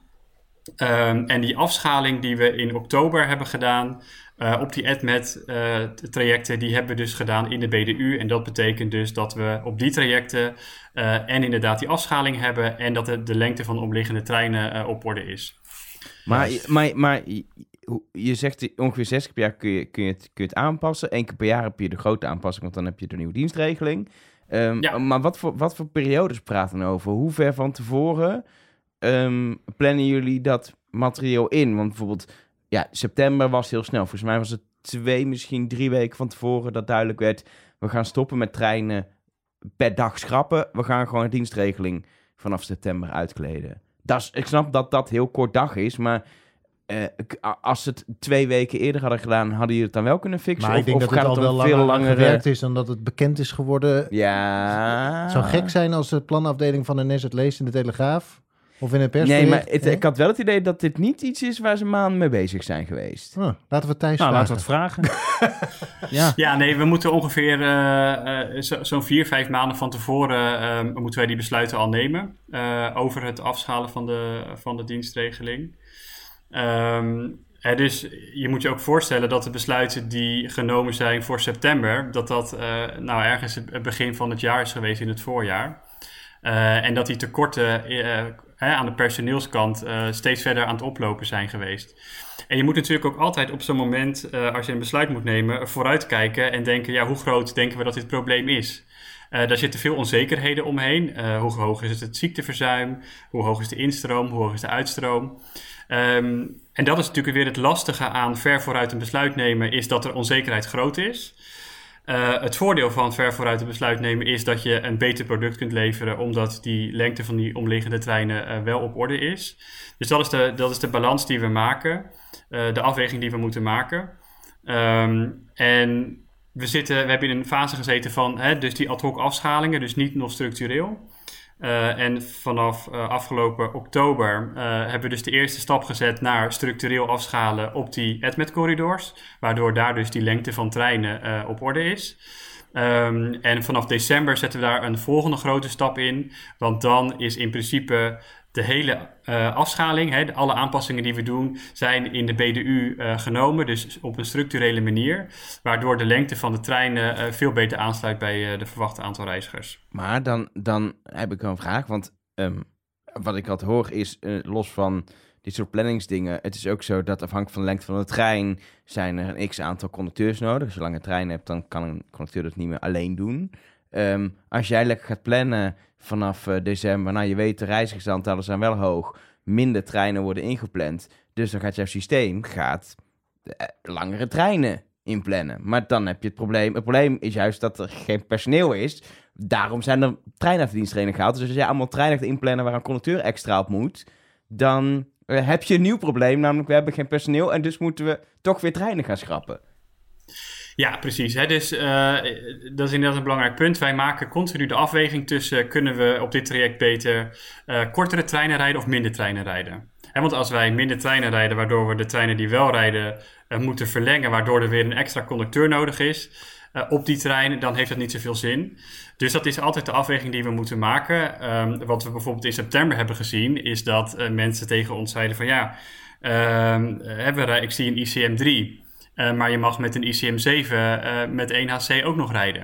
Um, en die afschaling die we in oktober hebben gedaan uh, op die E D M E T uh, trajecten, die hebben we dus gedaan in de B D U. En dat betekent dus dat we op die trajecten uh, en inderdaad die afschaling hebben en dat de, de lengte van de omliggende treinen uh, op orde is. Maar, maar, maar je zegt ongeveer zes keer per jaar kun je, kun, je het, kun je het aanpassen. Eén keer per jaar heb je de grote aanpassing, want dan heb je de nieuwe dienstregeling. Um, ja. Maar wat voor, wat voor periodes praten we over? Hoe ver van tevoren um, plannen jullie dat materieel in? Want bijvoorbeeld, ja, september was heel snel. Volgens mij was het twee, misschien drie weken van tevoren dat duidelijk werd, we gaan stoppen met treinen per dag schrappen. We gaan gewoon een dienstregeling vanaf september uitkleden. Dat is, ik snap dat dat heel kort dag is, maar Uh, als ze het twee weken eerder hadden gedaan, hadden jullie het dan wel kunnen fixen? Maar of, ik denk of dat het gaat al het wel veel langer langer gewerkt is dan dat het bekend is geworden. Ja. Het zou gek zijn als de planafdeling van de N S het leest in de Telegraaf of in een persbericht. Nee, maar het, ik had wel het idee dat dit niet iets is waar ze maanden mee bezig zijn geweest. Oh, laten we Thijs nou, vragen. laten we het vragen. ja. ja, nee, we moeten ongeveer uh, uh, zo, zo'n vier, vijf maanden van tevoren uh, moeten wij die besluiten al nemen uh, over het afschalen van de, van de dienstregeling. Um, He, dus je moet je ook voorstellen dat de besluiten die genomen zijn voor september, dat dat uh, nou ergens het begin van het jaar is geweest in het voorjaar. Uh, en dat die tekorten uh, hè, aan de personeelskant uh, steeds verder aan het oplopen zijn geweest. En je moet natuurlijk ook altijd op zo'n moment, uh, als je een besluit moet nemen, vooruitkijken en denken, ja, hoe groot denken we dat dit probleem is? Uh, daar zitten veel onzekerheden omheen. Uh, hoe hoog is het, het ziekteverzuim? Hoe hoog is de instroom? Hoe hoog is de uitstroom? Um, en dat is natuurlijk weer het lastige aan ver vooruit een besluit nemen, is dat er onzekerheid groot is. Uh, het voordeel van ver vooruit een besluit nemen is dat je een beter product kunt leveren, omdat die lengte van die omliggende treinen uh, wel op orde is. Dus dat is de, dat is de balans die we maken, uh, de afweging die we moeten maken. Um, en we, zitten, we hebben in een fase gezeten van hè, dus die ad hoc afschalingen, dus niet nog structureel. Uh, en vanaf uh, afgelopen oktober uh, hebben we dus de eerste stap gezet naar structureel afschalen op die E D M E T-corridors, waardoor daar dus die lengte van treinen uh, op orde is. Um, en vanaf december zetten we daar een volgende grote stap in, want dan is in principe de hele uh, afschaling, hè, de, alle aanpassingen die we doen, zijn in de B D U uh, genomen, dus op een structurele manier, waardoor de lengte van de treinen uh, veel beter aansluit bij uh, de verwachte aantal reizigers. Maar dan, dan heb ik wel een vraag, want um, wat ik had hoor is, uh, los van dit soort planningsdingen, het is ook zo dat afhankelijk van de lengte van de trein zijn er een x-aantal conducteurs nodig. Als je lange trein hebt, dan kan een conducteur dat niet meer alleen doen. Um, als jij lekker gaat plannen vanaf uh, december, nou je weet, de reizigersaantallen zijn wel hoog, minder treinen worden ingepland, dus dan gaat jouw systeem gaat uh, langere treinen inplannen. Maar dan heb je het probleem. Het probleem is juist dat er geen personeel is. Daarom zijn er treinafdiensttrainingen gehaald. Dus als jij allemaal treinen gaat inplannen waar een conducteur extra op moet, dan uh, heb je een nieuw probleem. Namelijk, we hebben geen personeel en dus moeten we toch weer treinen gaan schrappen. Ja, precies. Hè? Dus uh, dat is inderdaad een belangrijk punt. Wij maken continu de afweging tussen, kunnen we op dit traject beter uh, kortere treinen rijden of minder treinen rijden? Hè, want als wij minder treinen rijden, waardoor we de treinen die wel rijden uh, moeten verlengen, waardoor er weer een extra conducteur nodig is uh, op die trein, dan heeft dat niet zoveel zin. Dus dat is altijd de afweging die we moeten maken. Um, wat we bijvoorbeeld in september hebben gezien, is dat uh, mensen tegen ons zeiden van ja, uh, we, ik zie een I C M drie, uh, maar je mag met een I C M zeven uh, met één H C ook nog rijden.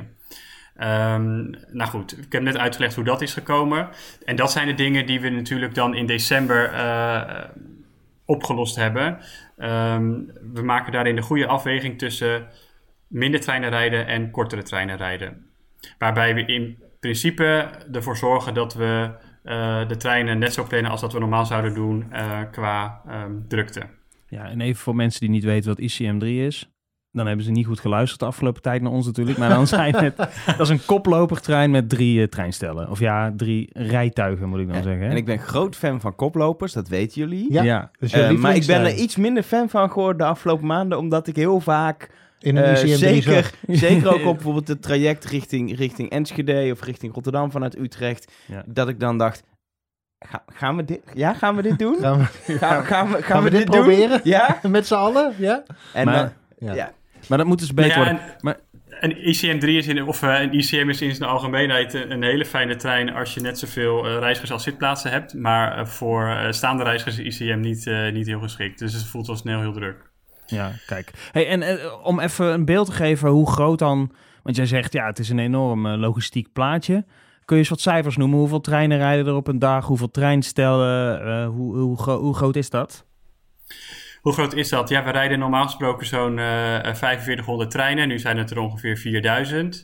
Um, nou goed, ik heb net uitgelegd hoe dat is gekomen. En dat zijn de dingen die we natuurlijk dan in december uh, opgelost hebben. Um, we maken daarin de goede afweging tussen minder treinen rijden en kortere treinen rijden. Waarbij we in principe ervoor zorgen dat we uh, de treinen net zo plannen als dat we normaal zouden doen uh, qua um, drukte. Ja, en even voor mensen die niet weten wat I C M drie is. Dan hebben ze niet goed geluisterd de afgelopen tijd naar ons natuurlijk. Maar dan zijn het, dat is een koplopertrein met drie uh, treinstellen. Of ja, drie rijtuigen moet ik dan en, zeggen. Hè? En ik ben groot fan van koplopers, dat weten jullie. Ja, ja. Dus uh, maar ik ben er iets minder fan van geworden de afgelopen maanden. Omdat ik heel vaak, in een uh, I C M drie zeker, zeker ook op bijvoorbeeld het traject richting, richting Enschede of richting Rotterdam vanuit Utrecht. Ja. Dat ik dan dacht, Ga, gaan we dit? Ja, gaan we dit doen? Gaan we, gaan, gaan, gaan we, gaan gaan we, we dit, dit proberen? Doen? Ja, met z'n allen. Ja. En maar, dan, ja. ja. Maar dat moet dus beter nou ja, worden. Maar een I C M drie is in, of uh, een I C M is in zijn algemeenheid een, een hele fijne trein als je net zoveel uh, reizigers als zitplaatsen hebt. Maar uh, voor uh, staande reizigers is I C M niet, uh, niet heel geschikt. Dus het voelt wel snel heel druk. Ja, kijk. Hey, en uh, om even een beeld te geven hoe groot dan, want jij zegt ja, het is een enorm uh, logistiek plaatje. Kun je eens wat cijfers noemen? Hoeveel treinen rijden er op een dag? Hoeveel treinstellen? Uh, hoe, hoe, gro- hoe groot is dat? Hoe groot is dat? Ja, we rijden normaal gesproken zo'n uh, vijfenveertighonderd treinen. Nu zijn het er ongeveer vierduizend.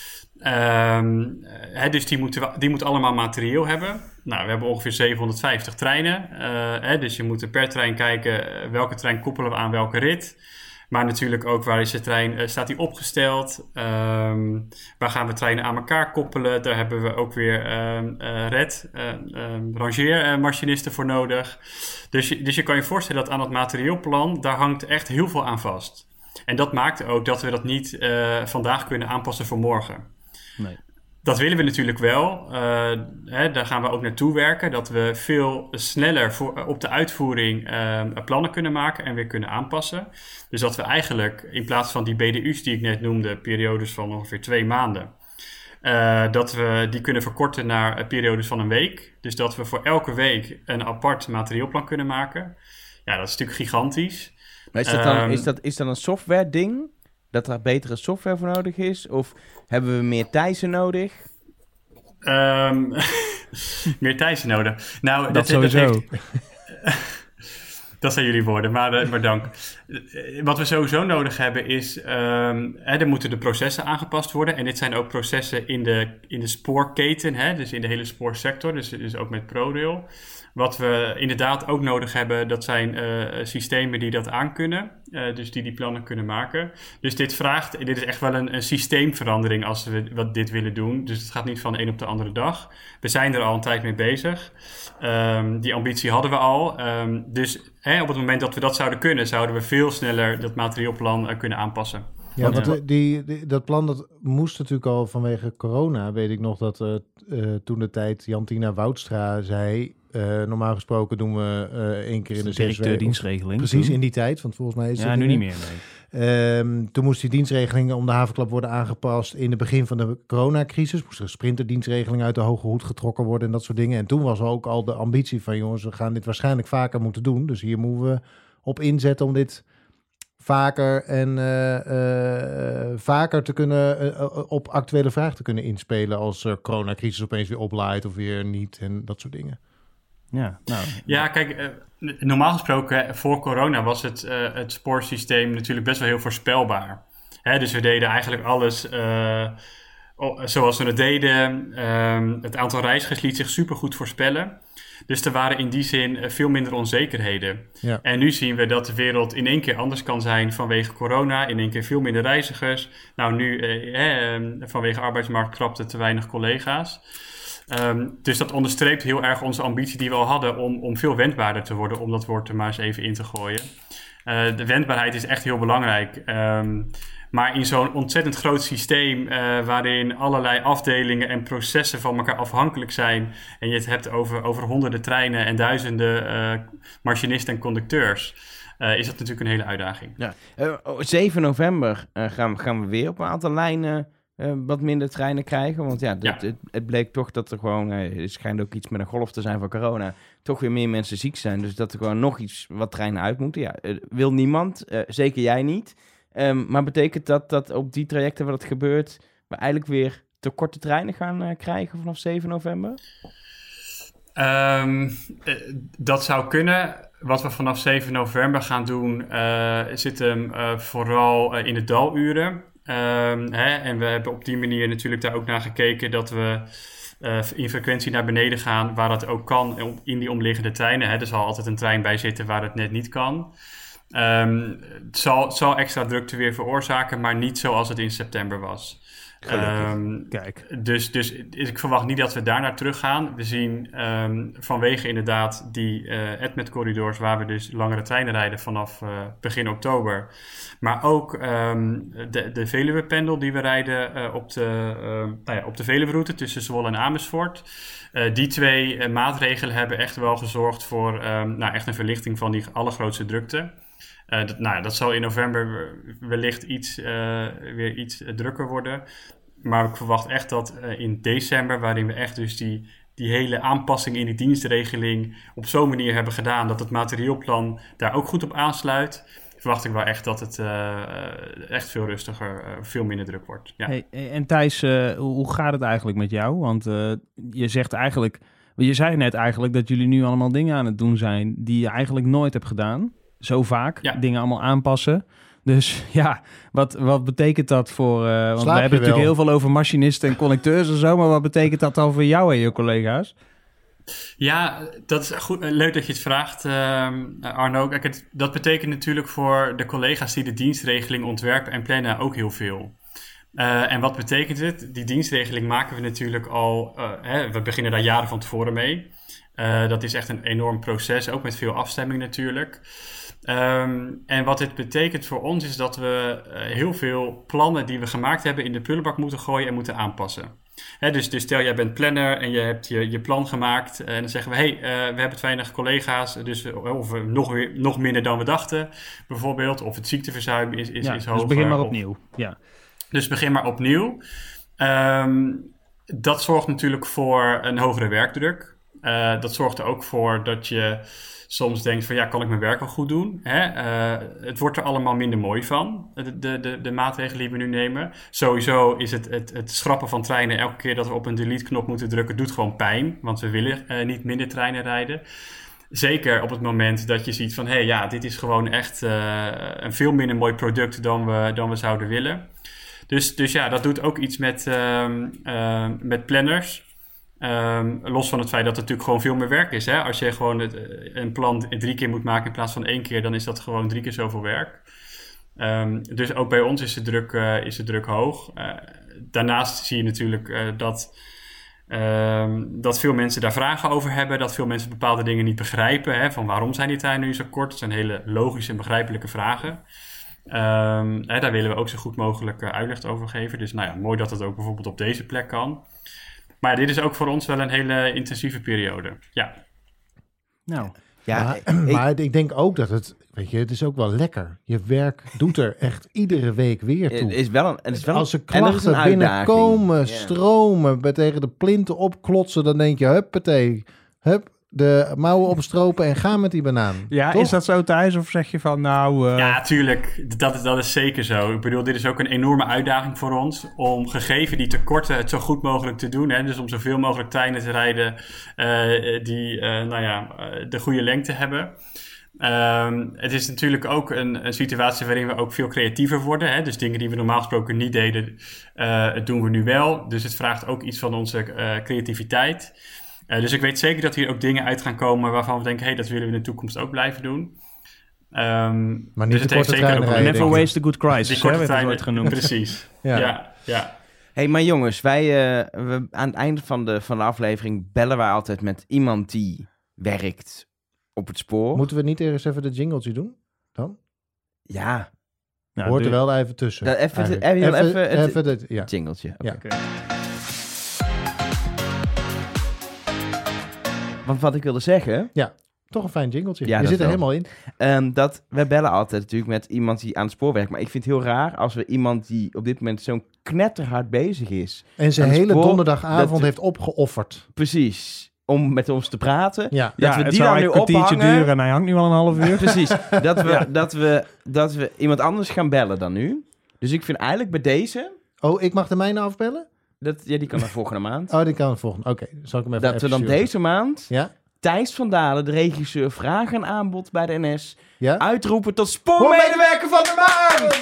Um, hè, dus die moeten, die moeten allemaal materieel hebben. Nou, we hebben ongeveer zevenhonderdvijftig treinen. Uh, hè, dus je moet per trein kijken welke trein koppelen we aan welke rit. Maar natuurlijk ook waar is de trein, uh, staat die opgesteld? Um, waar gaan we treinen aan elkaar koppelen? Daar hebben we ook weer um, uh, red, uh, um, rangeermachinisten voor nodig. Dus je, dus je kan je voorstellen dat aan het materieelplan, daar hangt echt heel veel aan vast. En dat maakt ook dat we dat niet uh, vandaag kunnen aanpassen voor morgen. Nee. Dat willen we natuurlijk wel. Uh, hè, daar gaan we ook naartoe werken. Dat we veel sneller voor, op de uitvoering uh, plannen kunnen maken en weer kunnen aanpassen. Dus dat we eigenlijk in plaats van die B D U's die ik net noemde, periodes van ongeveer twee maanden, uh, dat we die kunnen verkorten naar uh, periodes van een week. Dus dat we voor elke week een apart materieelplan kunnen maken. Ja, dat is natuurlijk gigantisch. Maar is dat dan, um, is dat, is dat een software ding? Dat er betere software voor nodig is? Of hebben we meer Thijssen nodig? Um, meer Thijssen nodig? Nou, dat, dat sowieso. Dat, heeft, dat zijn jullie woorden, maar, uh, maar dank. Wat we sowieso nodig hebben is, um, hè, er moeten de processen aangepast worden. En dit zijn ook processen in de, in de spoorketen, hè, dus in de hele spoorsector, dus, dus ook met ProRail. Wat we inderdaad ook nodig hebben, dat zijn uh, systemen die dat aankunnen. Uh, dus die die plannen kunnen maken. Dus dit vraagt, dit is echt wel een, een systeemverandering als we wat dit willen doen. Dus het gaat niet van de een op de andere dag. We zijn er al een tijd mee bezig. Um, die ambitie hadden we al. Um, dus hè, op het moment dat we dat zouden kunnen, zouden we veel sneller dat materieelplan uh, kunnen aanpassen. Ja, want uh, die, die, dat plan dat moest natuurlijk al vanwege corona. Weet ik nog dat uh, uh, toen de tijd Jantina Woudstra zei, Uh, normaal gesproken doen we uh, één keer in de zes weken. dienstregeling. Precies, in die tijd. Want volgens mij is ja, het nu niet meer. Nee. Um, toen moest die dienstregeling om de havenklap worden aangepast. In het begin van de coronacrisis moest er een sprinterdienstregeling uit de hoge hoed getrokken worden en dat soort dingen. En toen was ook al de ambitie van jongens, we gaan dit waarschijnlijk vaker moeten doen. Dus hier moeten we op inzetten om dit vaker en uh, uh, vaker te kunnen uh, op actuele vragen te kunnen inspelen als er coronacrisis opeens weer oplaait of weer niet en dat soort dingen. Ja, nou, Ja, kijk, uh, normaal gesproken voor corona was het, uh, het spoorsysteem natuurlijk best wel heel voorspelbaar. Hè, dus we deden eigenlijk alles uh, zoals we het deden. Um, het aantal reizigers liet zich supergoed voorspellen. Dus er waren in die zin uh, veel minder onzekerheden. Ja. En nu zien we dat de wereld in één keer anders kan zijn vanwege corona. In één keer veel minder reizigers. Nou, nu uh, uh, vanwege arbeidsmarktkrapte te weinig collega's. Um, dus dat onderstreept heel erg onze ambitie die we al hadden om, om veel wendbaarder te worden, om dat woord er maar eens even in te gooien. Uh, de wendbaarheid is echt heel belangrijk. Um, maar in zo'n ontzettend groot systeem uh, waarin allerlei afdelingen en processen van elkaar afhankelijk zijn en je het hebt over, over honderden treinen en duizenden uh, machinisten en conducteurs, uh, is dat natuurlijk een hele uitdaging. Ja. Uh, zeven november uh, gaan, gaan we weer op een aantal lijnen Uh, wat minder treinen krijgen. Want ja, dat, ja. Het, het bleek toch dat er gewoon, uh, het schijnt ook iets met een golf te zijn van corona, toch weer meer mensen ziek zijn. Dus dat er gewoon nog iets wat treinen uit moeten. Ja, uh, wil niemand, uh, zeker jij niet. Um, maar betekent dat dat op die trajecten waar het gebeurt, we eigenlijk weer te korte treinen gaan uh, krijgen vanaf zeven november? Um, uh, dat zou kunnen. Wat we vanaf zeven november gaan doen, uh, zit hem uh, vooral uh, in de daluren. Um, hè, en we hebben op die manier natuurlijk daar ook naar gekeken dat we uh, in frequentie naar beneden gaan waar dat ook kan in die omliggende treinen. Hè. Er zal altijd een trein bij zitten waar het net niet kan. Um, het, zal, het zal extra drukte weer veroorzaken, maar niet zoals het in september was. Um, Kijk. Dus, dus ik verwacht niet dat we daar naar terug gaan. We zien um, vanwege inderdaad die uh, EdMet-corridors waar we dus langere treinen rijden vanaf uh, begin oktober. Maar ook um, de, de Veluwe-pendel die we rijden uh, op de, uh, nou ja, op de Veluwe-route tussen Zwolle en Amersfoort. Uh, die twee uh, maatregelen hebben echt wel gezorgd voor um, nou, echt een verlichting van die allergrootste drukte. Uh, dat, nou, dat zal in november wellicht iets, uh, weer iets uh, drukker worden. Maar ik verwacht echt dat uh, in december, waarin we echt dus die, die hele aanpassing in die dienstregeling op zo'n manier hebben gedaan, dat het materieelplan daar ook goed op aansluit, verwacht ik wel echt dat het uh, echt veel rustiger, uh, veel minder druk wordt. Ja. Hey, en Thijs, uh, hoe gaat het eigenlijk met jou? Want uh, je zegt eigenlijk, je zei net eigenlijk dat jullie nu allemaal dingen aan het doen zijn die je eigenlijk nooit hebt gedaan. Zo vaak, ja. Dingen allemaal aanpassen. Dus ja, wat, wat betekent dat voor... Uh, want we hebben wel. natuurlijk heel veel over machinisten en conducteurs en zo, maar wat betekent dat dan voor jou en je collega's? Ja, dat is goed. Leuk dat je het vraagt, uh, Arno. Kijk, het, dat betekent natuurlijk voor de collega's die de dienstregeling ontwerpen en plannen ook heel veel. Uh, en wat betekent het? Die dienstregeling maken we natuurlijk al... Uh, hè, we beginnen daar jaren van tevoren mee. Uh, dat is echt een enorm proces, ook met veel afstemming natuurlijk. Um, en wat dit betekent voor ons is dat we uh, heel veel plannen die we gemaakt hebben in de prullenbak moeten gooien en moeten aanpassen. Hè, dus, dus stel jij bent planner en je hebt je, je plan gemaakt en dan zeggen we, hey, uh, we hebben te weinig collega's, dus, uh, of uh, nog, weer, nog minder dan we dachten bijvoorbeeld, of het ziekteverzuim is, is, ja, is hoger. Dus begin maar opnieuw. Of, ja. Dus begin maar opnieuw. Um, dat zorgt natuurlijk voor een hogere werkdruk. Uh, dat zorgt er ook voor dat je soms denkt van ja, kan ik mijn werk wel goed doen? Hè? Uh, het wordt er allemaal minder mooi van, de, de, de, de maatregelen die we nu nemen. Sowieso is het, het, het schrappen van treinen elke keer dat we op een delete-knop moeten drukken, doet gewoon pijn. Want we willen uh, niet minder treinen rijden. Zeker op het moment dat je ziet van hé, hey, ja, dit is gewoon echt uh, een veel minder mooi product dan we, dan we zouden willen. Dus, dus ja, dat doet ook iets met, uh, uh, met planners. Um, los van het feit dat het natuurlijk gewoon veel meer werk is. Hè? Als je gewoon het, een plan drie keer moet maken in plaats van één keer, dan is dat gewoon drie keer zoveel werk. Um, dus ook bij ons is de druk, uh, is de druk hoog. Uh, daarnaast zie je natuurlijk uh, dat, um, dat veel mensen daar vragen over hebben. Dat veel mensen bepaalde dingen niet begrijpen. Hè? Van waarom zijn die treinen nu zo kort? Dat zijn hele logische en begrijpelijke vragen. Um, hè, daar willen we ook zo goed mogelijk uh, uitleg over geven. Dus nou ja, mooi dat het ook bijvoorbeeld op deze plek kan. Maar dit is ook voor ons wel een hele intensieve periode. Ja. Nou, ja, maar, ik, maar ik denk ook dat het, weet je, het is ook wel lekker. Je werk doet er echt iedere week weer toe. Het is wel een, het is wel Als er klachten binnenkomen, ja. stromen, bij tegen de plinten opklotsen, dan denk je, huppatee, hup, de mouwen opstropen en gaan met die banaan. Ja, Toch? is dat zo thuis? Of zeg je van, nou... Uh... Ja, tuurlijk. Dat, is- dat is zeker zo. Ik bedoel, dit is ook een enorme uitdaging voor ons. Om gegeven die tekorten het zo goed mogelijk te doen. Hè? Dus om zoveel mogelijk treinen te rijden uh, die uh, nou ja, uh, de goede lengte hebben. Um, het is natuurlijk ook een, een situatie waarin we ook veel creatiever worden. Hè? Dus dingen die we normaal gesproken niet deden, uh, doen we nu wel. Dus het vraagt ook iets van onze uh, creativiteit. Uh, dus ik weet zeker dat hier ook dingen uit gaan komen waarvan we denken, hé, hey, dat willen we in de toekomst ook blijven doen. Um, Maar niet dus de het heeft korte zeker treinen ook rijden, Never denk ik. waste a good crisis, die hè, korte werd het treinen, ooit genoemd. Precies. Ja. Ja, ja. ja. Hey, maar jongens, wij, uh, we, aan het einde van de, van de aflevering bellen wij altijd met iemand die werkt op het spoor. Moeten we niet eerst even de jingletje doen? Dan? Ja, Ja, Hoort er doe- wel even tussen. Ja, even- eigenlijk. even- even, even het- even dit, ja. jingletje. Ja. Oké. Want wat ik wilde zeggen, Toch een fijn jingletje. Ja, Je dat zit er wel. helemaal in. um, dat we bellen altijd natuurlijk met iemand die aan het spoor werkt. Maar ik vind het heel raar als we iemand die op dit moment zo'n knetterhard bezig is. En zijn Aan het hele spoor, donderdagavond dat- heeft opgeofferd. Precies. Om met ons te praten. Ja. Dat ja, we het die zou dan nu eigenlijk een kwartiertje ophangen. duren en hij hangt nu al een half uur. Precies. Dat we, Ja. dat, we, dat we iemand anders gaan bellen dan nu. Dus ik vind eigenlijk bij deze... Oh, ik mag de mijne afbellen? Dat, ja, die kan naar volgende maand. Oh, die kan het volgende. Oké, zal ik hem even dat we even dan sturen? deze maand Ja? Thijs van Dalen, de regisseur, vragen en aanbod bij de N S... Ja? uitroepen tot spoormedewerker van de maand!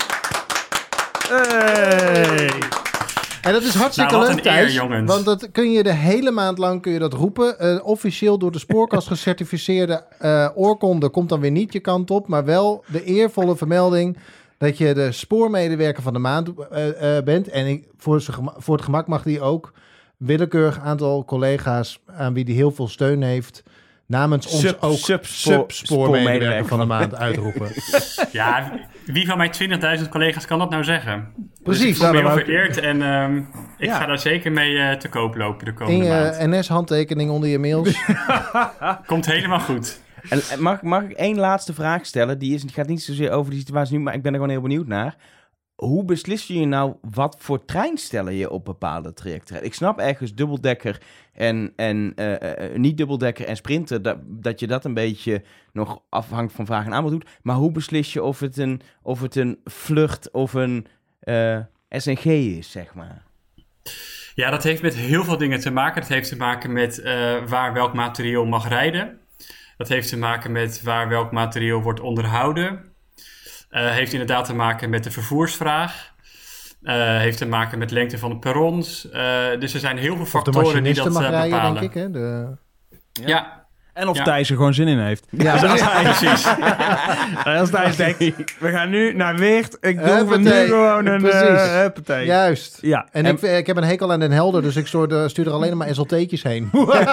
Hey. En dat is hartstikke Nou, wat leuk, een eer, Thijs. jongens. Want dat kun je de hele maand lang kun je dat roepen. Uh, officieel door de spoorkast gecertificeerde uh, oorkonde komt dan weer niet je kant op. Maar wel de eervolle vermelding dat je de spoormedewerker van de maand uh, uh, bent. En ik, voor, z'n gema- voor het gemak mag die ook willekeurig aantal collega's aan wie die heel veel steun heeft, namens ons Sub- ook subspoor- sub-spoormedewerker van de maand uitroepen. Ja, wie van mijn twintigduizend collega's kan dat nou zeggen? Precies. Dus ik voel me Nou, heel dan vereerd en um, ik Ja. ga daar zeker mee uh, te koop lopen de In komende maand. je N S-handtekening onder je mails. Komt helemaal goed. En, en mag, mag ik één laatste vraag stellen? Die is, gaat niet zozeer over die situatie nu, maar ik ben er gewoon heel benieuwd naar. Hoe beslis je nou wat voor treinstellen je op bepaalde trajecten rijdt? Ik snap ergens dubbeldekker en, en uh, uh, niet dubbeldekker en sprinter, dat, dat je dat een beetje nog afhangt van vraag en aanbod doet. Maar hoe beslis je of het een, of het een vlucht of een uh, S N G is, zeg maar? Ja, dat heeft met heel veel dingen te maken. Dat heeft te maken met uh, waar welk materiaal mag rijden. Dat heeft te maken met waar welk materiaal wordt onderhouden. Uh, heeft inderdaad te maken met de vervoersvraag. Uh, heeft te maken met lengte van de perrons. Uh, dus er zijn heel veel Of de factoren die machinisten dat mag uh, rijden, bepalen. denk ik. Hè? De... Ja. ja. En of Ja. Thijs er gewoon zin in heeft. Ja, Dus als hij, precies. als Thijs denkt, we gaan nu naar Weert. Ik doe er nu Huppatee. gewoon een Precies. uh, huppatee. Juist. Ja. En, ik, ik heb een hekel aan Den Helder, dus ik stuur er, stuur er alleen maar S L T'tjes heen.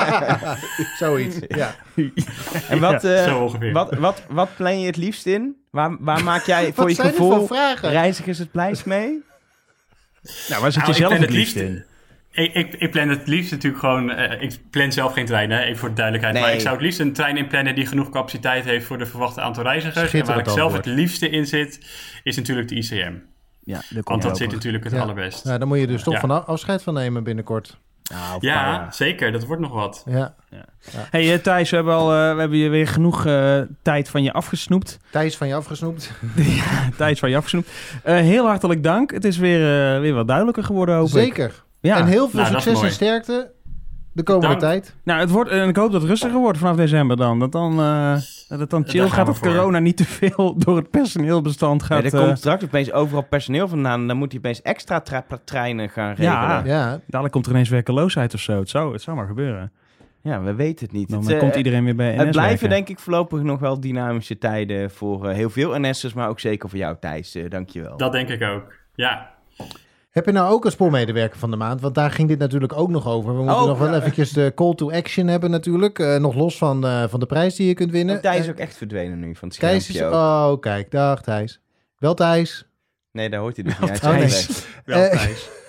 Zoiets, ja. En wat, uh, Zo ongeveer. wat, wat, wat plan je het liefst in? Waar, waar maak jij voor Wat je zijn dit gevoel voor vragen? reizigers het pleist mee? Nou, waar zit Nou, je ik zelf ben het het liefst liefst- in? Ik, ik, ik plan het liefst natuurlijk gewoon... Uh, ik plan zelf geen trein, hè, even voor de duidelijkheid. Nee. Maar ik zou het liefst een trein inplannen die genoeg capaciteit heeft voor de verwachte aantal reizigers. En waar Schitterend ik zelf antwoord. het liefste in zit, is natuurlijk de I C M. Ja, dat Want dat zit natuurlijk het Ja. allerbest. Nou, daar moet je dus toch Ja. van afscheid van nemen binnenkort. Nou, over een paar Ja, jaar. zeker. Dat wordt nog wat. Ja. Hey uh, Thijs, we hebben, al, uh, we hebben je weer genoeg uh, tijd van je afgesnoept. Thijs van je afgesnoept. tijd van je afgesnoept. Uh, heel hartelijk dank. Het is weer, uh, weer wat duidelijker geworden, hoop ik. Zeker. Ja. En heel veel Nou, dat is succes en mooi. sterkte de komende Dank. tijd. Nou, het wordt, en ik hoop dat het rustiger wordt vanaf december dan. Dat dan, uh, dat het dan chill Daar gaan gaat, we dat voor. corona niet te veel door het personeelbestand gaat. Ja, er uh, komt straks opeens overal personeel vandaan. Dan moet hij opeens extra tra- treinen gaan regelen. Ja. Ja, Ja. Dadelijk komt er ineens werkeloosheid of zo. Het zou, het zou maar gebeuren. we weten het niet. Dan het, uh, uh, komt iedereen weer bij N S het blijven werken. denk ik voorlopig nog wel dynamische tijden voor uh, heel veel N S'ers, maar ook zeker voor jou Thijs. Uh, dankjewel. Dat denk ik ook. Ja. Heb je nou ook een spoormedewerker van de maand? Want daar ging dit natuurlijk ook nog over. We moeten Oh, nog wel ja. eventjes de call to action hebben natuurlijk. Uh, nog los van, uh, van de prijs die je kunt winnen. En Thijs is Uh, ook echt verdwenen nu van het Thijs schermpje is... ook. Oh, kijk. Dag Thijs. Wel Thijs. Nee, daar hoort hij dus niet uit. Oh, Hij nee. is weg. Wel, Eh, Thijs.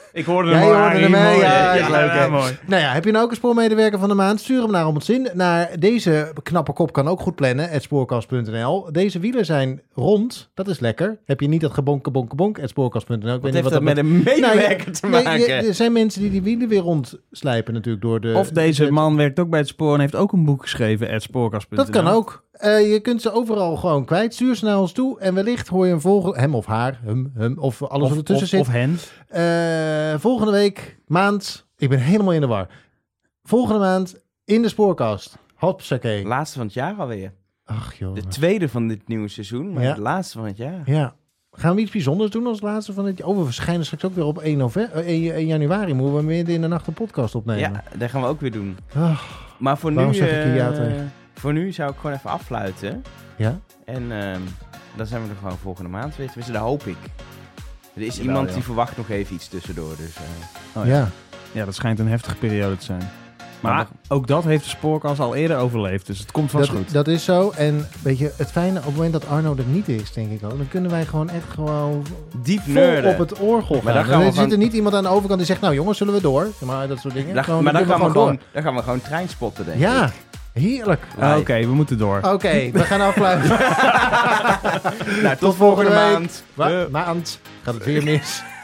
Ik hoorde Ja, hem je al, hoorde Arie. hem, hè? Mooi, Ja, hè? is leuk, hè? mooi. Nou ja, heb je nou ook een spoormedewerker van de maand? Stuur hem naar om het zin. Naar deze knappe kop kan ook goed plannen, at spoorkast punt n l. Deze wielen zijn rond, dat is lekker. Heb je niet dat gebonk, gebonk, gebonk, at spoorkast punt n l. Ik Wat weet heeft niet dat met een medewerker Nou, te nee, maken? je- er zijn mensen die die wielen weer rondslijpen natuurlijk door de... Of deze het- man werkt ook bij het spoor en heeft ook een boek geschreven, at spoorkast punt n l. Dat kan ook. Uh, je kunt ze overal gewoon kwijt. Stuur ze naar ons toe. En wellicht hoor je hem volgende... Hem of haar. Hem, hem. Of alles Of, wat ertussen of, zit. of hen. Uh, volgende week, maand... Ik ben helemaal in de war. Volgende maand in de spoorkast. Hopsakee. Laatste van het jaar alweer. Ach joh. De tweede van dit nieuwe seizoen, maar Ja. de laatste van het jaar. Ja. Gaan we iets bijzonders doen als laatste van het jaar? Oh, we verschijnen straks ook weer op één, november, één januari. Moeten we midden in de nacht een podcast opnemen. Ja, dat gaan we ook weer doen. Ach, Maar voor Waarom nu, zeg ik hier ja eh, tegen? voor nu zou ik gewoon even affluiten. ja? En ehm, dan zijn we er gewoon volgende maand weer. Tenminste, dat hoop ik. Er is Jawel, iemand joh. die verwacht nog even iets tussendoor. Dus, eh. Oh, ja. ja. Ja, dat schijnt een heftige periode te zijn. Maar Maar ook dat heeft de spoorkast al eerder overleefd, dus het komt vast Dat, goed. dat is zo. En weet je, het fijne op het moment dat Arno er niet is, denk ik ook, dan kunnen wij gewoon echt gewoon diep vol nerden. op het orgel gaan. Maar dan gaan Dan we zit er gewoon- niet iemand aan de overkant die zegt, nou jongens, zullen we door? Maar dat soort dingen. Dan- Gewoon, maar dan kunnen gaan, we door. gewoon, dan gaan we gewoon treinspotten, denk ik. Ja, heerlijk. Ah, Oké, we moeten door. Oké, we gaan afsluiten. Nou, tot, Tot volgende volgende week. maand. Wa- Eh. maand. Gaat het weer mis.